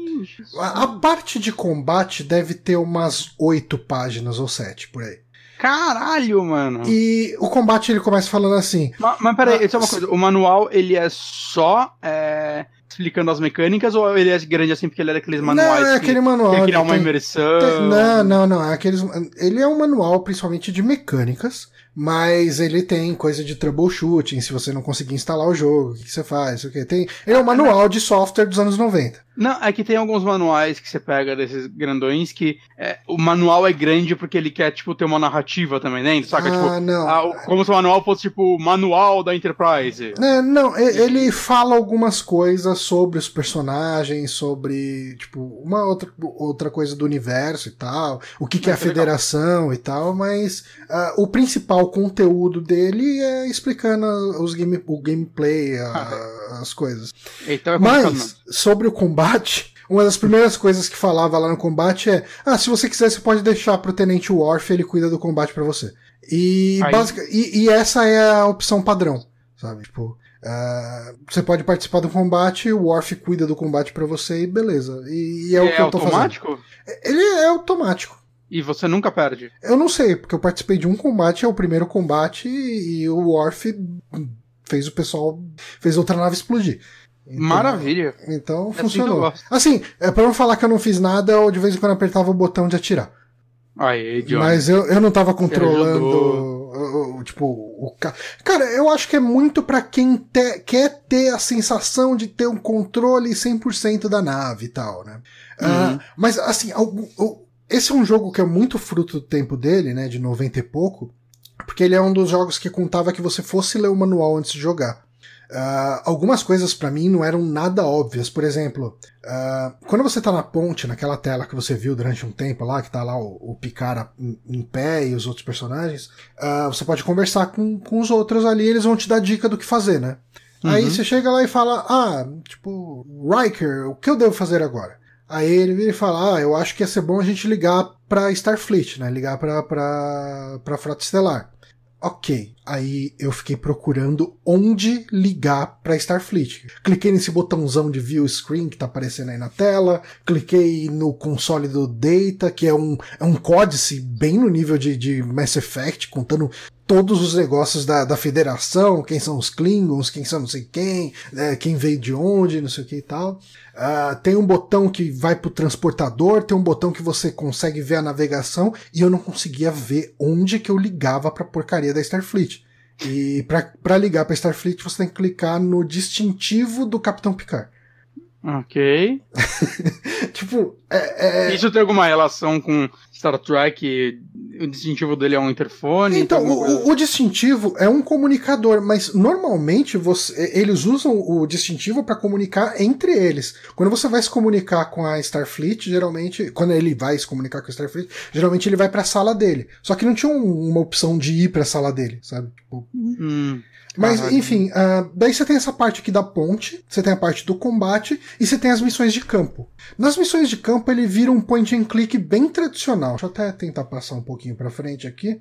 A, a parte de combate deve ter umas oito páginas ou sete, por aí. Caralho, mano! E o combate ele começa falando assim... Mas, mas peraí, ah, só uma coisa. O manual, ele é só é, explicando as mecânicas ou ele é grande assim porque ele é daqueles manuais não, é que aquele manual, quer criar uma tem, imersão? Tem, não, não, não. É aqueles, ele é um manual principalmente de mecânicas, mas ele tem coisa de troubleshooting, se você não conseguir instalar o jogo, o que você faz, o que tem. Ele é um manual de software dos anos noventa. Não, é que tem alguns manuais que você pega desses grandões que é, o manual é grande porque ele quer, tipo, ter uma narrativa também dentro, saca? Ah, tipo, não. A, como se o manual fosse, tipo, manual da Enterprise. É, não, ele fala algumas coisas sobre os personagens, sobre, tipo, uma outra, outra coisa do universo e tal, o que, que é a federação e tal, mas uh, o principal conteúdo dele é explicando os game, o gameplay, a, as coisas. Então é mas, sobre o combate, uma das primeiras coisas que falava lá no combate é: ah, se você quiser, você pode deixar pro Tenente Worf, ele cuida do combate pra você. E, basic, e, e essa é a opção padrão, sabe? Tipo, uh, você pode participar do combate, o Worf cuida do combate pra você e beleza. E, e é, é o que eu tô automático? fazendo. Ele é automático. E você nunca perde? Eu não sei, porque eu participei de um combate, é o primeiro combate, e, e o Worf fez o pessoal, fez outra nave explodir. Então, maravilha. Então é funcionou. Assim, assim, é pra não falar que eu não fiz nada, eu de vez em quando apertava o botão de atirar. Aí, John. Mas eu, eu não tava controlando o, o, tipo, o ca... Cara, eu acho que é muito pra quem te, quer ter a sensação de ter um controle cem por cento da nave e tal, né? Uhum. Uh, mas assim, algum, esse é um jogo que é muito fruto do tempo dele, né? De noventa e pouco. Porque ele é um dos jogos que contava que você fosse ler o manual antes de jogar. Uh, algumas coisas pra mim não eram nada óbvias. Por exemplo, uh, quando você tá na ponte, naquela tela que você viu durante um tempo lá, que tá lá o, o Picard em, em pé e os outros personagens, uh, você pode conversar com, com os outros ali, eles vão te dar dica do que fazer, né? Uhum. Aí você chega lá e fala: ah, tipo, Riker, o que eu devo fazer agora? Aí ele vira e fala: ah, eu acho que ia ser bom a gente ligar pra Starfleet, né? Ligar pra, pra, pra Frota Estelar. Ok, aí eu fiquei procurando onde ligar para Starfleet. Cliquei nesse botãozão de view screen que tá aparecendo aí na tela, cliquei no console do Data, que é um, é um códice bem no nível de, de Mass Effect, contando todos os negócios da, da federação, quem são os Klingons, quem são não sei quem, né, quem veio de onde, não sei o que e tal. Uh, tem um botão que vai pro transportador, tem um botão que você consegue ver a navegação, e eu não conseguia ver onde que eu ligava pra porcaria da Starfleet. E pra, pra ligar pra Starfleet você tem que clicar no distintivo do Capitão Picard. Ok. Tipo, é, é... Isso tem alguma relação com Star Trek? O distintivo dele é um interfone? Então, o, o distintivo é um comunicador, mas normalmente você, eles usam o distintivo para comunicar entre eles. Quando você vai se comunicar com a Starfleet, geralmente, quando ele vai se comunicar com a Starfleet, geralmente ele vai para a sala dele. Só que não tinha um, uma opção de ir para a sala dele, sabe? Tipo... Hum. Mas, enfim, uh, daí você tem essa parte aqui da ponte, você tem a parte do combate e você tem as missões de campo. Nas missões de campo ele vira um point and click bem tradicional. Deixa eu até tentar passar um pouquinho pra frente aqui.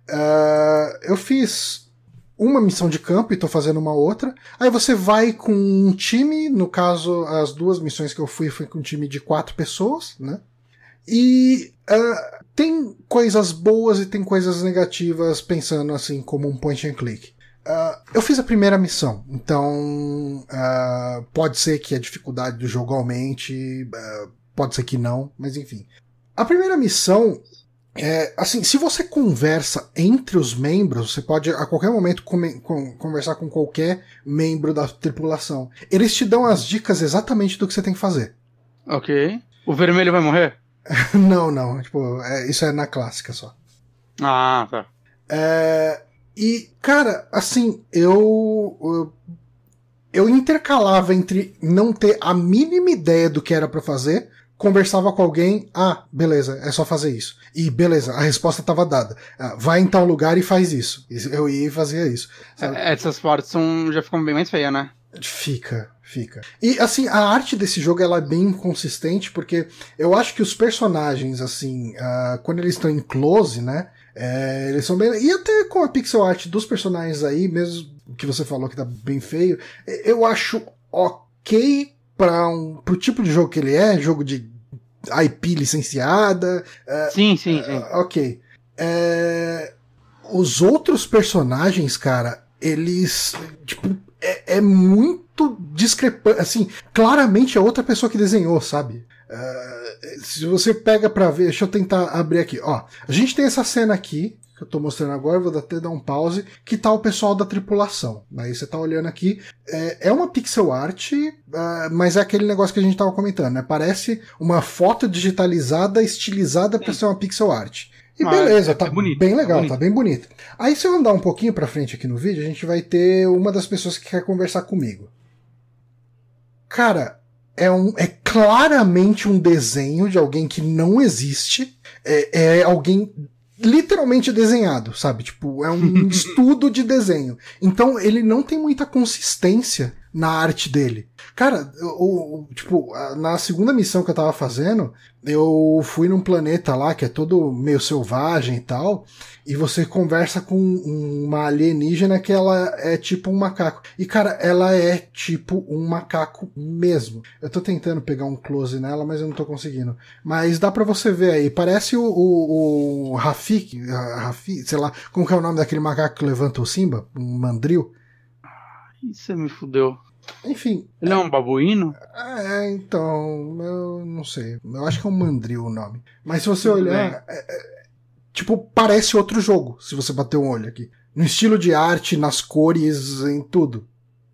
Uh, eu fiz uma missão de campo e tô fazendo uma outra. Aí você vai com um time, no caso as duas missões que eu fui foi com um time de quatro pessoas, né? E uh, tem coisas boas e tem coisas negativas pensando assim como um point and click. Uh, eu fiz a primeira missão, então uh, pode ser que a dificuldade do jogo aumente, uh, pode ser que não, mas enfim. A primeira missão É, assim, se você conversa entre os membros, você pode a qualquer momento come, com, conversar com qualquer membro da tripulação. Eles te dão as dicas exatamente do que você tem que fazer. Ok. O vermelho vai morrer? Não, não. Tipo, é, isso é na clássica só. Ah, tá. É, e, cara, assim, eu, eu. Eu intercalava entre não ter a mínima ideia do que era pra fazer, conversava com alguém, ah, beleza, é só fazer isso. E beleza, a resposta estava dada. Ah, vai em tal lugar e faz isso. Eu ia e fazia isso. Sabe? Essas partes são, já ficam bem mais feias, né? Fica, fica. E assim, a arte desse jogo ela é bem inconsistente, porque eu acho que os personagens, assim, uh, quando eles estão em close, né, é, eles são bem... E até com a pixel art dos personagens aí, mesmo que você falou que tá bem feio, eu acho ok para um, pro tipo de jogo que ele é, jogo de I P licenciada. Uh, sim, sim, sim. Uh, ok. É, os outros personagens, cara, eles, tipo, é, é muito discrepante, assim, claramente é outra pessoa que desenhou, sabe? Uh, se você pega pra ver, deixa eu tentar abrir aqui, ó, a gente tem essa cena aqui, que eu tô mostrando agora, vou até dar um pause, que tá o pessoal da tripulação. Aí você tá olhando aqui, é, é uma pixel art, uh, mas é aquele negócio que a gente tava comentando, né? Parece uma foto digitalizada, estilizada pra ser uma pixel art. E beleza, ah, é, tá é bonito, bem legal, é bonito. Tá bem bonito. Aí se eu andar um pouquinho pra frente aqui no vídeo, a gente vai ter uma das pessoas que quer conversar comigo. Cara, é, um, é claramente um desenho de alguém que não existe. É, é alguém literalmente desenhado, sabe? Tipo, é um estudo de desenho. Então ele não tem muita consistência na arte dele. Cara, eu, eu, tipo, na segunda missão que eu tava fazendo, eu fui num planeta lá que é todo meio selvagem e tal, e você conversa com uma alienígena que ela é tipo um macaco. E, cara, ela é tipo um macaco mesmo. Eu tô tentando pegar um close nela, mas eu não tô conseguindo. Mas dá pra você ver aí. Parece o, o, o Rafik, Rafik, sei lá, como que é o nome daquele macaco que levanta o Simba? Um mandril? Isso me fudeu. Enfim. Ele é um babuíno? É, então, eu não sei. Eu acho que é um mandril o nome. Mas se você Tudo olhar, é, é, tipo, parece outro jogo, se você bater um olho aqui. No estilo de arte, nas cores, em tudo.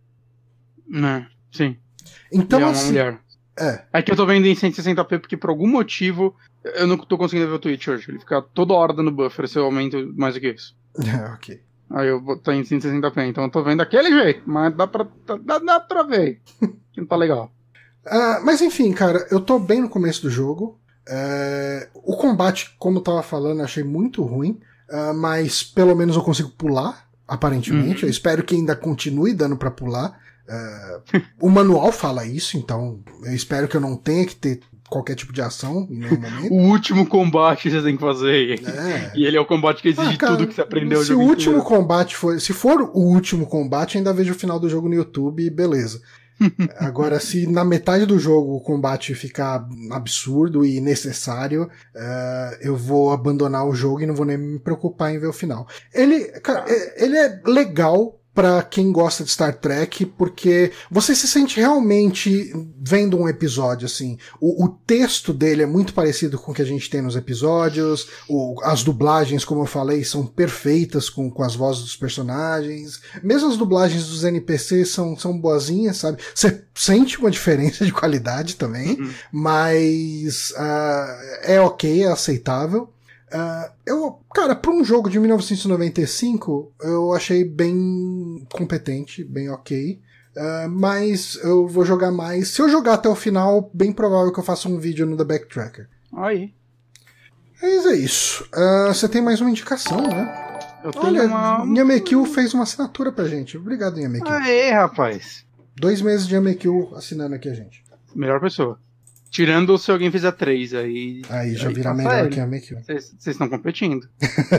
É, sim. Então, e é uma assim, mulher. É. É que eu tô vendo em cento e sessenta p porque por algum motivo eu não tô conseguindo ver o Twitch hoje. Ele fica toda hora dando buffer se eu aumento mais do que isso. É, ok. Aí eu vou tá em cento e sessenta p, então eu tô vendo daquele jeito, mas dá pra, dá, dá pra ver. Que não tá legal. Uh, mas enfim, cara, eu tô bem no começo do jogo. Uh, o combate, como eu tava falando, eu achei muito ruim. Uh, mas pelo menos eu consigo pular, aparentemente. Uhum. Eu espero que ainda continue dando pra pular. Uh, o manual fala isso, então eu espero que eu não tenha que ter qualquer tipo de ação em nenhum momento. O último combate você tem que fazer. É. E ele é o combate que exige ah, cara, tudo que você aprendeu. Se o último inteiro. combate for, se for o último combate, ainda vejo o final do jogo no YouTube e beleza. Agora, se na metade do jogo o combate ficar absurdo e necessário, uh, eu vou abandonar o jogo e não vou nem me preocupar em ver o final. Ele, cara, ele é legal pra quem gosta de Star Trek, porque você se sente realmente vendo um episódio, assim. O, o texto dele é muito parecido com o que a gente tem nos episódios, o, as dublagens, como eu falei, são perfeitas com, com as vozes dos personagens. Mesmo as dublagens dos N P Cs são, são boazinhas, sabe? Você sente uma diferença de qualidade também, uhum. mas uh, é ok, é aceitável. Uh, eu, cara, pra um jogo de mil novecentos e noventa e cinco, eu achei bem competente, bem ok. Uh, mas eu vou jogar mais. Se eu jogar até o final, bem provável que eu faça um vídeo no The Backtracker. Aí. Mas é isso. Uh, você tem mais uma indicação, né? Eu tenho Olha, uma... Yamekyu fez uma assinatura pra gente. Obrigado, Yamekyu. Aê, rapaz. Dois meses de Yamekyu assinando aqui a gente. Melhor pessoa. Tirando se alguém fizer três, aí... Aí já aí vira melhor ele. Que a Yamekyu. Vocês estão competindo.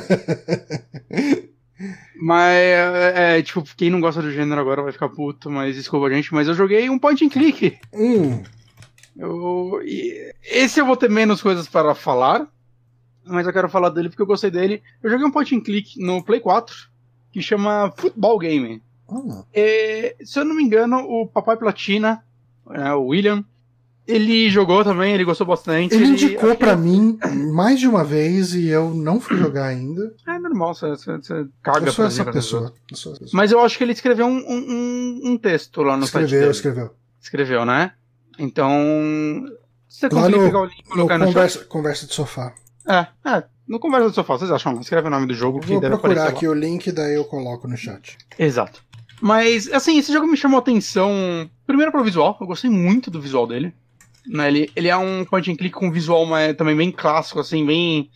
Mas, é, é, tipo, quem não gosta do gênero agora vai ficar puto, mas desculpa a gente, mas eu joguei um point and click. Hum. Eu, e esse eu vou ter menos coisas para falar, mas eu quero falar dele porque eu gostei dele. Eu joguei um point and click no Play quatro, que chama Football Game. Hum. E, se eu não me engano, o Papai Platina, é, o William, Ele jogou também, ele gostou bastante. Ele ele indicou pra mim mais de uma vez e eu não fui jogar ainda. É normal, você, você, você caga eu sou pra essa dizer pessoa. Eu sou essa pessoa. Mas eu acho que ele escreveu um, um, um texto lá no escreveu, site dele. Escreveu, Escreveu, né? Então, se você lá conseguir no, pegar o link e colocar no conversa, chat... Conversa de sofá. É, é, no Conversa de Sofá, vocês acham lá? Escreve o nome do jogo que Vou deve procurar aparecer aqui lá. o link, daí eu coloco no chat. Exato. Mas, assim, esse jogo me chamou a atenção, primeiro pelo visual, eu gostei muito do visual dele. Né, ele, ele é um point and click com visual mas, também bem clássico, assim, bem...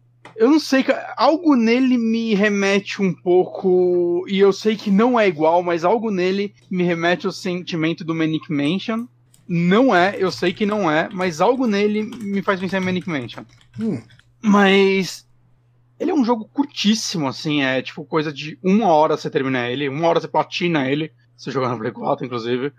Eu não sei, algo nele me remete um pouco, e eu sei que não é igual, mas algo nele me remete ao sentimento do Manic Mansion. Não é, eu sei que não é, mas algo nele me faz pensar em Manic Mansion. Hum. Mas ele é um jogo curtíssimo, assim, é tipo coisa de uma hora você termina ele, uma hora você platina ele, você jogar no Play quatro, inclusive.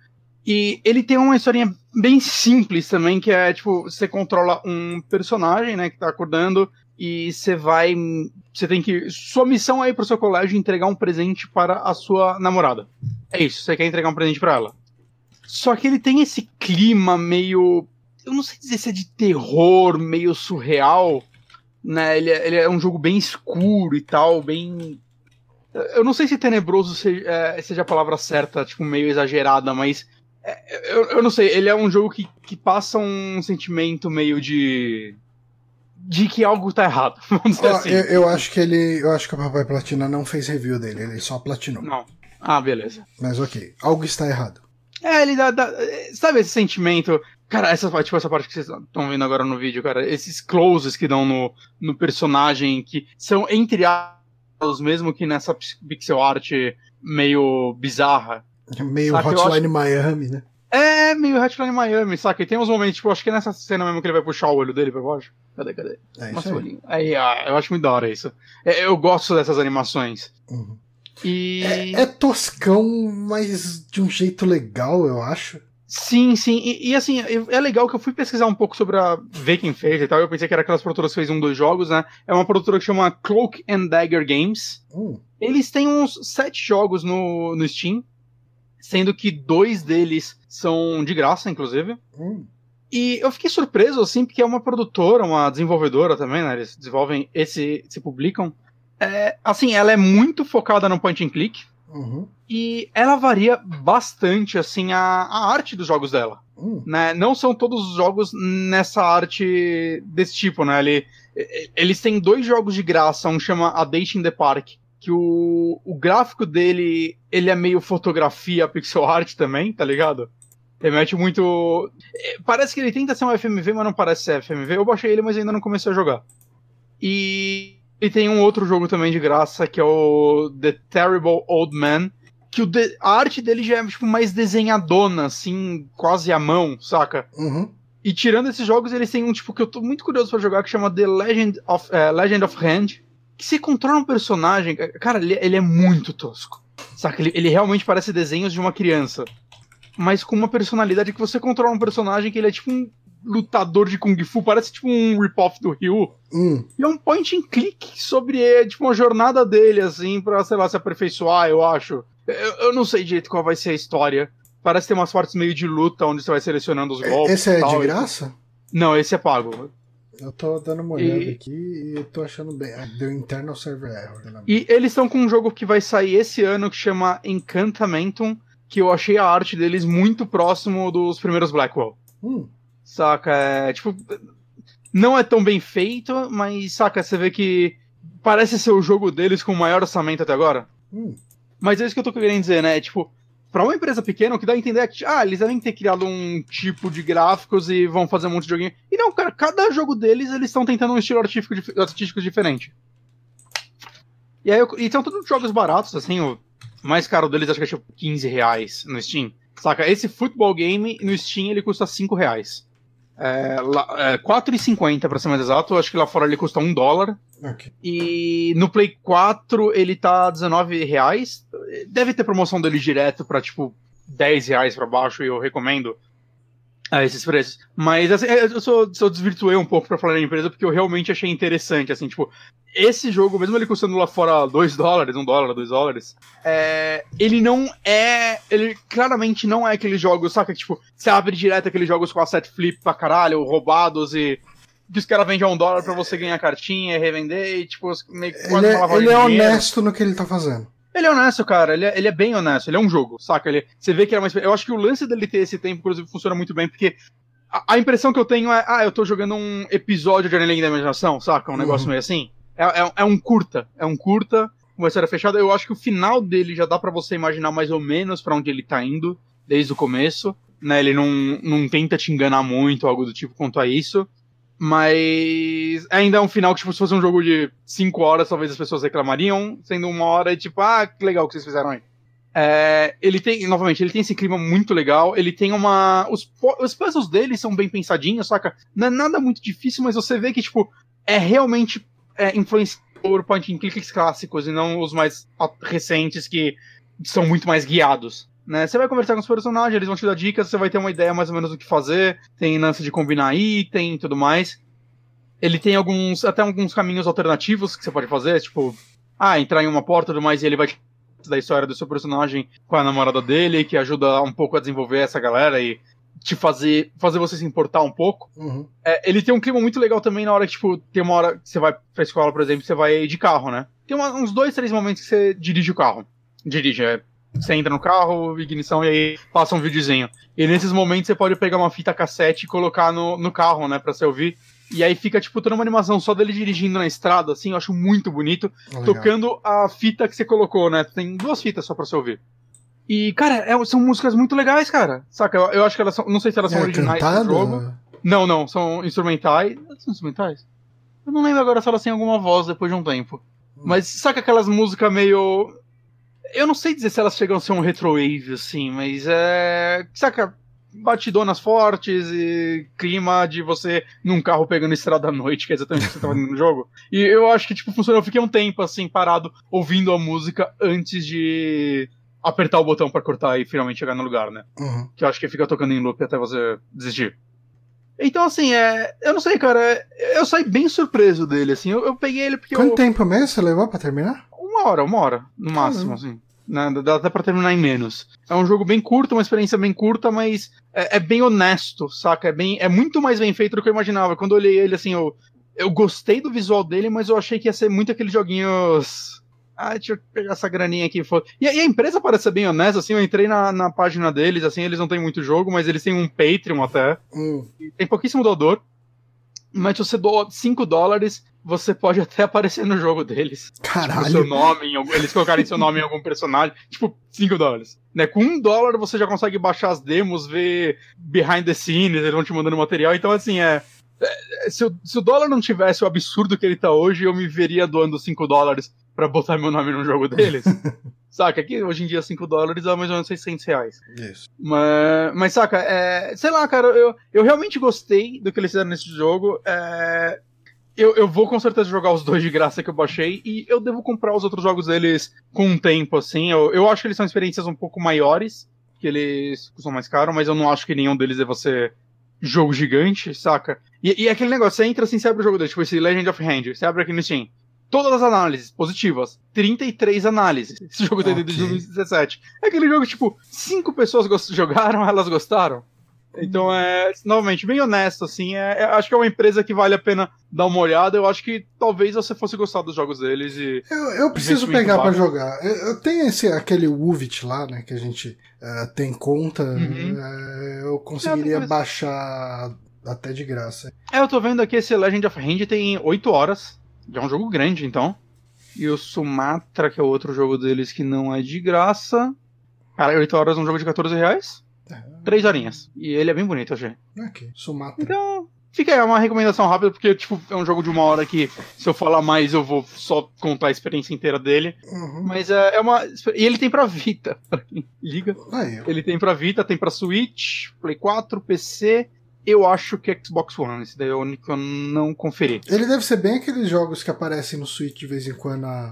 E ele tem uma historinha bem simples também, que é, tipo, você controla um personagem, né, que tá acordando, e você vai... Você tem que... Sua missão é ir pro seu colégio entregar um presente para a sua namorada. É isso, você quer entregar um presente para ela. Só que ele tem esse clima meio... Eu não sei dizer se é de terror, meio surreal, né, ele é, ele é um jogo bem escuro e tal, bem... Eu não sei se tenebroso seja, é, seja a palavra certa, tipo, meio exagerada, mas... É, eu, eu não sei, ele é um jogo que, que passa um sentimento meio de... de que algo tá errado, vamos dizer oh, assim. Eu, eu acho que ele... Eu acho que o Papai Platina não fez review dele, ele só platinou. Não. Ah, beleza. Mas ok, algo está errado. É, ele dá... dá sabe esse sentimento... Cara, essa, tipo, essa parte que vocês estão vendo agora no vídeo, cara, esses closes que dão no, no personagem, que são, entre aspas, mesmo que nessa pixel art meio bizarra. Meio saca, Hotline acho... Miami, né? É, meio Hotline Miami, saca? E tem uns momentos, tipo, acho que é nessa cena mesmo que ele vai puxar o olho dele pra baixo. Cadê, cadê? É Nossa, isso olhinho. Aí, ah, eu acho muito da hora isso. É, eu gosto dessas animações. Uhum. E... É, é toscão, mas de um jeito legal, eu acho. Sim, sim, e, e assim, é legal que eu fui pesquisar um pouco sobre a ver quem fez e tal, eu pensei que era aquelas produtoras que fez um dos jogos, né, é uma produtora que chama Cloak and Dagger Games, hum. Eles têm uns sete jogos no, no Steam, sendo que dois deles são de graça, inclusive, hum. e eu fiquei surpreso, assim, porque é uma produtora, uma desenvolvedora também, né, eles desenvolvem esse, se publicam, é, assim, ela é muito focada no point and click, Uhum. e ela varia bastante, assim, a, a arte dos jogos dela. Uhum. Né? Não são todos os jogos nessa arte desse tipo, né? Ele, eles têm dois jogos de graça, um chama A Date in the Park, que o, o gráfico dele, ele é meio fotografia pixel art também, tá ligado? Remete muito... Parece que ele tenta ser um F M V, mas não parece ser F M V. Eu baixei ele, mas ainda não comecei a jogar. E... E tem um outro jogo também de graça, que é o The Terrible Old Man, que o de... a arte dele já é tipo, mais desenhadona, assim, quase à mão, saca? Uhum. E tirando esses jogos, eles têm um tipo que eu tô muito curioso pra jogar, que chama The Legend of, uh, Legend of Hand, que você controla um personagem, cara, ele, ele é muito tosco, saca? Ele, ele realmente parece desenhos de uma criança, mas com uma personalidade que você controla um personagem que ele é tipo um lutador de Kung Fu, parece tipo um rip-off do Ryu. Hum. E é um point and click sobre, tipo, uma jornada dele, assim, pra, sei lá, se aperfeiçoar, eu acho. Eu, eu não sei direito qual vai ser a história. Parece ter umas partes meio de luta, onde você vai selecionando os golpes. Esse é tal, de graça? Não, esse é pago. Eu tô dando uma olhada e... aqui e tô achando bem. Deu internal server error. E eles estão com um jogo que vai sair esse ano, que chama Encantamentum, que eu achei a arte deles muito próximo dos primeiros Blackwell. Hum. Saca, é, tipo, não é tão bem feito, mas, saca, você vê que parece ser o jogo deles com o maior orçamento até agora. Hum. Mas é isso que eu tô querendo dizer, né, tipo, pra uma empresa pequena, o que dá a entender é que, ah, eles devem ter criado um tipo de gráficos e vão fazer um monte de joguinho. E não, cara, cada jogo deles, eles estão tentando um estilo artístico, artístico diferente. E aí, eu, e são todos jogos baratos, assim, o mais caro deles acho que é tipo quinze reais no Steam. Saca, esse Football Game no Steam ele custa cinco reais. É, lá, é, quatro reais e cinquenta centavos pra ser mais exato, acho que lá fora ele custa um dólar. Okay. E no Play quatro ele tá dezenove reais. Deve ter promoção dele direto pra tipo dez reais pra baixo, e eu recomendo a esses preços. Mas assim, eu só, só desvirtuei um pouco pra falar da empresa porque eu realmente achei interessante, assim, tipo, esse jogo, mesmo ele custando lá fora dois dólares, um dólar, dois dólares, é, ele não é... Ele claramente não é aqueles jogos, saca? Que, tipo, você abre direto aqueles jogos com asset flip pra caralho, roubados e... que os caras vendem a um dólar pra você ganhar cartinha e revender e, tipo, meio que quase Ele, uma é, lavagem ele é de dinheiro. honesto no que ele tá fazendo. Ele é honesto, cara. Ele é, ele é bem honesto. Ele é um jogo, saca? Ele, você vê que é uma experiência. Eu acho que o lance dele ter esse tempo, inclusive, funciona muito bem, porque a, a impressão que eu tenho é, ah, eu tô jogando um episódio de Além da Imaginação, saca? Um negócio uhum. meio assim. É, é, é um curta. É um curta, uma história fechada. Eu acho que o final dele já dá pra você imaginar mais ou menos pra onde ele tá indo, desde o começo. Né? Ele não, não tenta te enganar muito, algo do tipo quanto a isso. Mas ainda é um final que, tipo, se fosse um jogo de cinco horas, talvez as pessoas reclamariam, sendo uma hora e tipo, ah, que legal que vocês fizeram aí. É, ele tem, novamente, ele tem esse clima muito legal, ele tem uma... Os, os puzzles dele são bem pensadinhos, saca? Não é nada muito difícil, mas você vê que, tipo, é realmente é, influenciado por point and clicks clássicos e não os mais recentes que são muito mais guiados. Né? Você vai conversar com os personagens, eles vão te dar dicas, você vai ter uma ideia mais ou menos do que fazer, tem lance de combinar item e tudo mais. Ele tem alguns, até alguns caminhos alternativos que você pode fazer, tipo, ah, entrar em uma porta e tudo mais, e ele vai te dar a história do seu personagem com a namorada dele, que ajuda um pouco a desenvolver essa galera e te fazer, fazer você se importar um pouco. Uhum. É, ele tem um clima muito legal também na hora que, tipo, tem uma hora que você vai pra escola, por exemplo, você vai de carro, né? Tem uma, uns dois, três momentos que você dirige o carro. Dirige, é... Você entra no carro, ignição, e aí passa um videozinho. E nesses momentos você pode pegar uma fita cassete e colocar no, no carro, né, pra você ouvir. E aí fica, tipo, toda uma animação só dele dirigindo na estrada, assim, eu acho muito bonito. Legal. Tocando a fita que você colocou, né? Tem duas fitas só pra você ouvir. E, cara, é, são músicas muito legais, cara. Saca? Eu, eu acho que elas são... Não sei se elas é são originais cantada? do jogo. Não, não, são instrumentais. São instrumentais? Eu não lembro agora se elas têm alguma voz depois de um tempo. Hum. Mas saca aquelas músicas meio... Eu não sei dizer se elas chegam a ser um retrowave, assim, mas é... Saca, batidonas fortes e clima de você num carro pegando estrada à noite, que é exatamente o que você tá fazendo no jogo. E eu acho que, tipo, funcionou. Eu fiquei um tempo, assim, parado, ouvindo a música antes de apertar o botão pra cortar e finalmente chegar no lugar, né? Uhum. Que eu acho que fica tocando em loop até você desistir. Então, assim, é... Eu não sei, cara, eu saí bem surpreso dele, assim. Eu, eu peguei ele porque Quanto eu... tempo mesmo você levou pra terminar? Uma hora, uma hora, no máximo, assim. Né? Dá até pra terminar em menos. É um jogo bem curto, uma experiência bem curta, mas é, é bem honesto, saca? É, bem, é muito mais bem feito do que eu imaginava. Quando eu olhei ele, assim, eu, eu gostei do visual dele, mas eu achei que ia ser muito aqueles joguinhos... Ah, deixa eu pegar essa graninha aqui. E, e a empresa parece ser bem honesta, assim, eu entrei na, na página deles, assim, eles não têm muito jogo, mas eles têm um Patreon até. Hum. Tem pouquíssimo doador. Mas se você doa cinco dólares, você pode até aparecer no jogo deles. Caralho. Tipo, seu nome, em algum, eles colocarem seu nome em algum personagem. Tipo, cinco dólares. Né? Com um dólar você já consegue baixar as demos, ver behind the scenes, eles vão te mandando material. Então, assim, é... é se, o, se o dólar não tivesse o absurdo que ele tá hoje, eu me veria doando cinco dólares pra botar meu nome no jogo deles. Saca? Aqui, hoje em dia, cinco dólares é mais ou menos seiscentos reais. Isso. Mas, mas saca, é, sei lá, cara, eu, eu realmente gostei do que eles fizeram nesse jogo. É, eu, eu vou com certeza jogar os dois de graça que eu baixei e eu devo comprar os outros jogos deles com um tempo, assim. Eu, eu acho que eles são experiências um pouco maiores, que eles custam mais caro, mas eu não acho que nenhum deles deva ser jogo gigante, saca? E, e aquele negócio, você entra assim, você abre o jogo deles, tipo esse Legend of Hand, você abre aqui no Steam. Todas as análises positivas. trinta e três análises. Esse jogo tem okay. desde dois mil e dezessete. É aquele jogo, tipo, cinco pessoas jogaram, elas gostaram. Então é, novamente, bem honesto, assim. É, é, acho que é uma empresa que vale a pena dar uma olhada. Eu acho que talvez você fosse gostar dos jogos deles. E eu, eu preciso pegar pra jogar. Eu, eu tenho esse, aquele Uvit lá, né, que a gente uh, tem conta. Uhum. Uh, eu conseguiria é, baixar até de graça. É, eu tô vendo aqui esse Legend of Hand tem oito horas. É um jogo grande, então. E o Sumatra, que é o outro jogo deles que não é de graça. Cara, oito horas é um jogo de quatorze reais. É. três horinhas. E ele é bem bonito, eu achei. Ok, Sumatra. Então, fica aí uma recomendação rápida, porque tipo, é um jogo de uma hora que, se eu falar mais, eu vou só contar a experiência inteira dele. Uhum. Mas é, é uma... E ele tem pra Vita. Liga. Aí, ele tem pra Vita, tem pra Switch, Play quatro, P C... Eu acho que é Xbox One, esse daí é o único que eu não conferi. Ele deve ser bem aqueles jogos que aparecem no Switch de vez em quando a...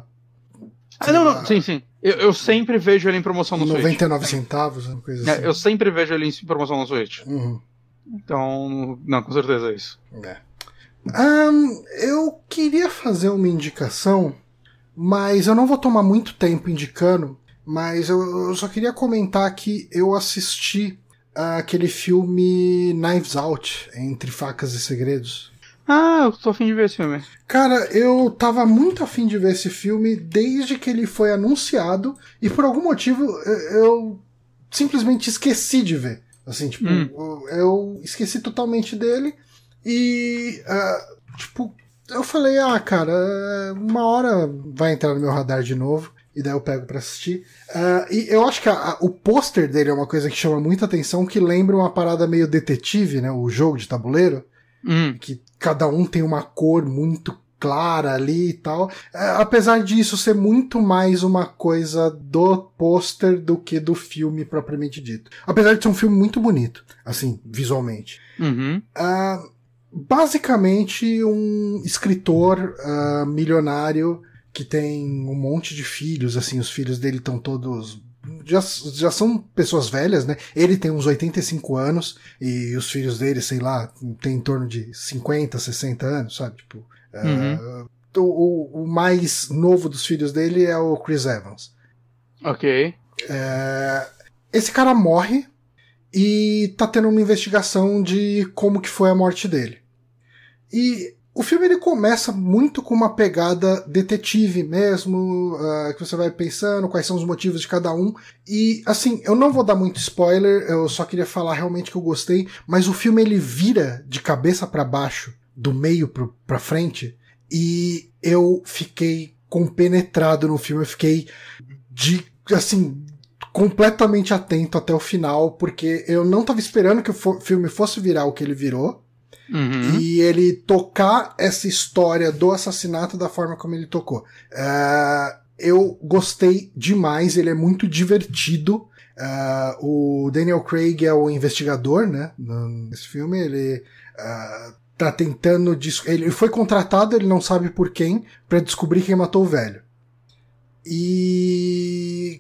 Ah, não, não, sim, sim. Eu, eu sempre vejo ele em promoção no Switch. noventa e nove centavos, uma coisa assim. É, eu sempre vejo ele em promoção no Switch. Uhum. Então, não, com certeza é isso. É. Um, eu queria fazer uma indicação, mas eu não vou tomar muito tempo indicando, mas eu, eu só queria comentar que eu assisti uh, aquele filme Knives Out, Entre Facas e Segredos. Ah, eu tô afim de ver esse filme. Cara, eu tava muito afim de ver esse filme desde que ele foi anunciado e por algum motivo eu, eu simplesmente esqueci de ver. Assim, tipo, hum. eu, eu esqueci totalmente dele e, uh, tipo, eu falei, ah, cara, uma hora vai entrar no meu radar de novo e daí eu pego pra assistir. Uh, e eu acho que a, a, o pôster dele é uma coisa que chama muita atenção, que lembra uma parada meio detetive, né, o jogo de tabuleiro. Hum. Que cada um tem uma cor muito clara ali e tal. É, apesar disso ser muito mais uma coisa do pôster do que do filme propriamente dito. Apesar de ser um filme muito bonito, assim, visualmente. Uhum. Uh, basicamente um escritor uh, milionário que tem um monte de filhos, assim, os filhos dele estão todos... Já, já são pessoas velhas, né? Ele tem uns oitenta e cinco anos e os filhos dele, sei lá, tem em torno de cinquenta, sessenta anos, sabe? Tipo, uhum. uh, o, o mais novo dos filhos dele é o Chris Evans. Ok. Uh, esse cara morre e tá tendo uma investigação de como que foi a morte dele. E o filme ele começa muito com uma pegada detetive mesmo, uh, que você vai pensando quais são os motivos de cada um. E, assim, eu não vou dar muito spoiler, eu só queria falar realmente que eu gostei, mas o filme ele vira de cabeça para baixo, do meio pro, pra frente, e eu fiquei compenetrado no filme, eu fiquei de, assim, completamente atento até o final, porque eu não tava esperando que o fo- filme fosse virar o que ele virou. Uhum. E ele tocar essa história do assassinato da forma como ele tocou. Uh, eu gostei demais, ele é muito divertido. Uh, o Daniel Craig é o investigador, né? Nesse filme, ele uh, tá tentando. Ele foi contratado, ele não sabe por quem, pra descobrir quem matou o velho. E.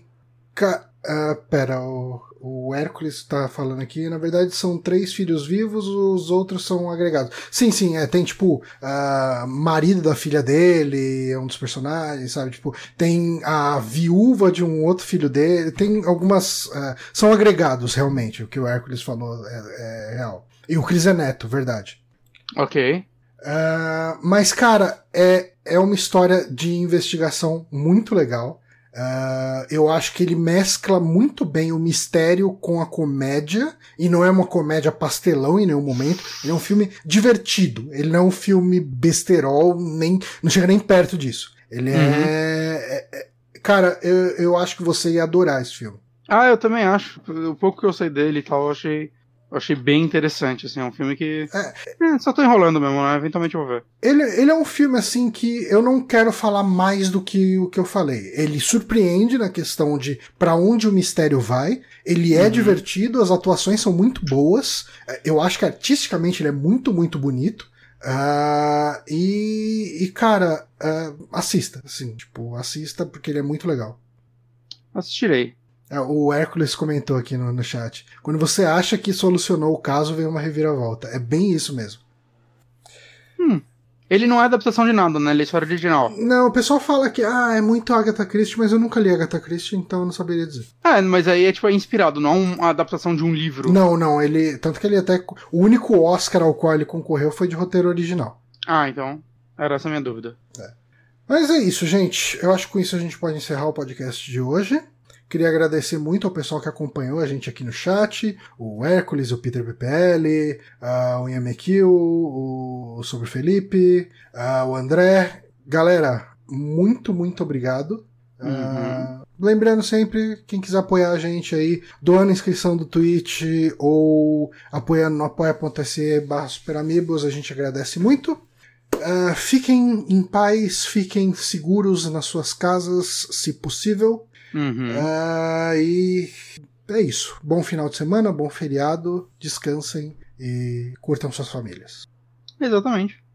Uh, pera, o. O Hércules está falando aqui, na verdade são três filhos vivos, os outros são agregados. Sim, sim, é, tem tipo, uh, marido da filha dele, é um dos personagens, sabe? Tipo, tem a viúva de um outro filho dele, tem algumas. Uh, são agregados, realmente, o que o Hércules falou é, é real. E o Chris é neto, verdade. Ok. Uh, mas, cara, é, é uma história de investigação muito legal. Uh, eu acho que ele mescla muito bem o mistério com a comédia, e não é uma comédia pastelão em nenhum momento, ele é um filme divertido, ele não é um filme besterol, nem, não chega nem perto disso. Ele uhum. é, é, é... Cara, eu, eu acho que você ia adorar esse filme. Ah, eu também acho. O pouco que eu sei dele e tal, eu achei... Eu achei bem interessante, assim, é um filme que... É, é, só tô enrolando mesmo, né? Eventualmente eu vou ver. Ele, ele é um filme, assim, que eu não quero falar mais do que o que eu falei. Ele surpreende na questão de pra onde o mistério vai, ele é uhum. divertido, as atuações são muito boas, eu acho que artisticamente ele é muito, muito bonito, uh, e, e, cara, uh, assista, assim, tipo, assista porque ele é muito legal. Assistirei. O Hércules comentou aqui no, no chat. Quando você acha que solucionou o caso, vem uma reviravolta. É bem isso mesmo. Hum. Ele não é adaptação de nada, né? Ele é história original. Não, o pessoal fala que ah, é muito Agatha Christie, mas eu nunca li Agatha Christie, então eu não saberia dizer. É, mas aí é tipo é inspirado, não é uma adaptação de um livro. Não, não, ele. Tanto que ele até. O único Oscar ao qual ele concorreu foi de roteiro original. Ah, então. Era essa a minha dúvida. É. Mas é isso, gente. Eu acho que com isso a gente pode encerrar o podcast de hoje. Queria agradecer muito ao pessoal que acompanhou a gente aqui no chat, o Hércules, o Peter P P L, uh, o Yamekil, o Sobre Felipe, uh, o André. Galera, muito, muito obrigado. Uhum. Uh, lembrando sempre, quem quiser apoiar a gente aí, doando inscrição do Twitch ou apoiando no apoia.se barra superamigos, a gente agradece muito. Uh, fiquem em paz, fiquem seguros nas suas casas, se possível. Uhum. Uh, e é isso. Bom final de semana, bom feriado, descansem e curtam suas famílias. Exatamente.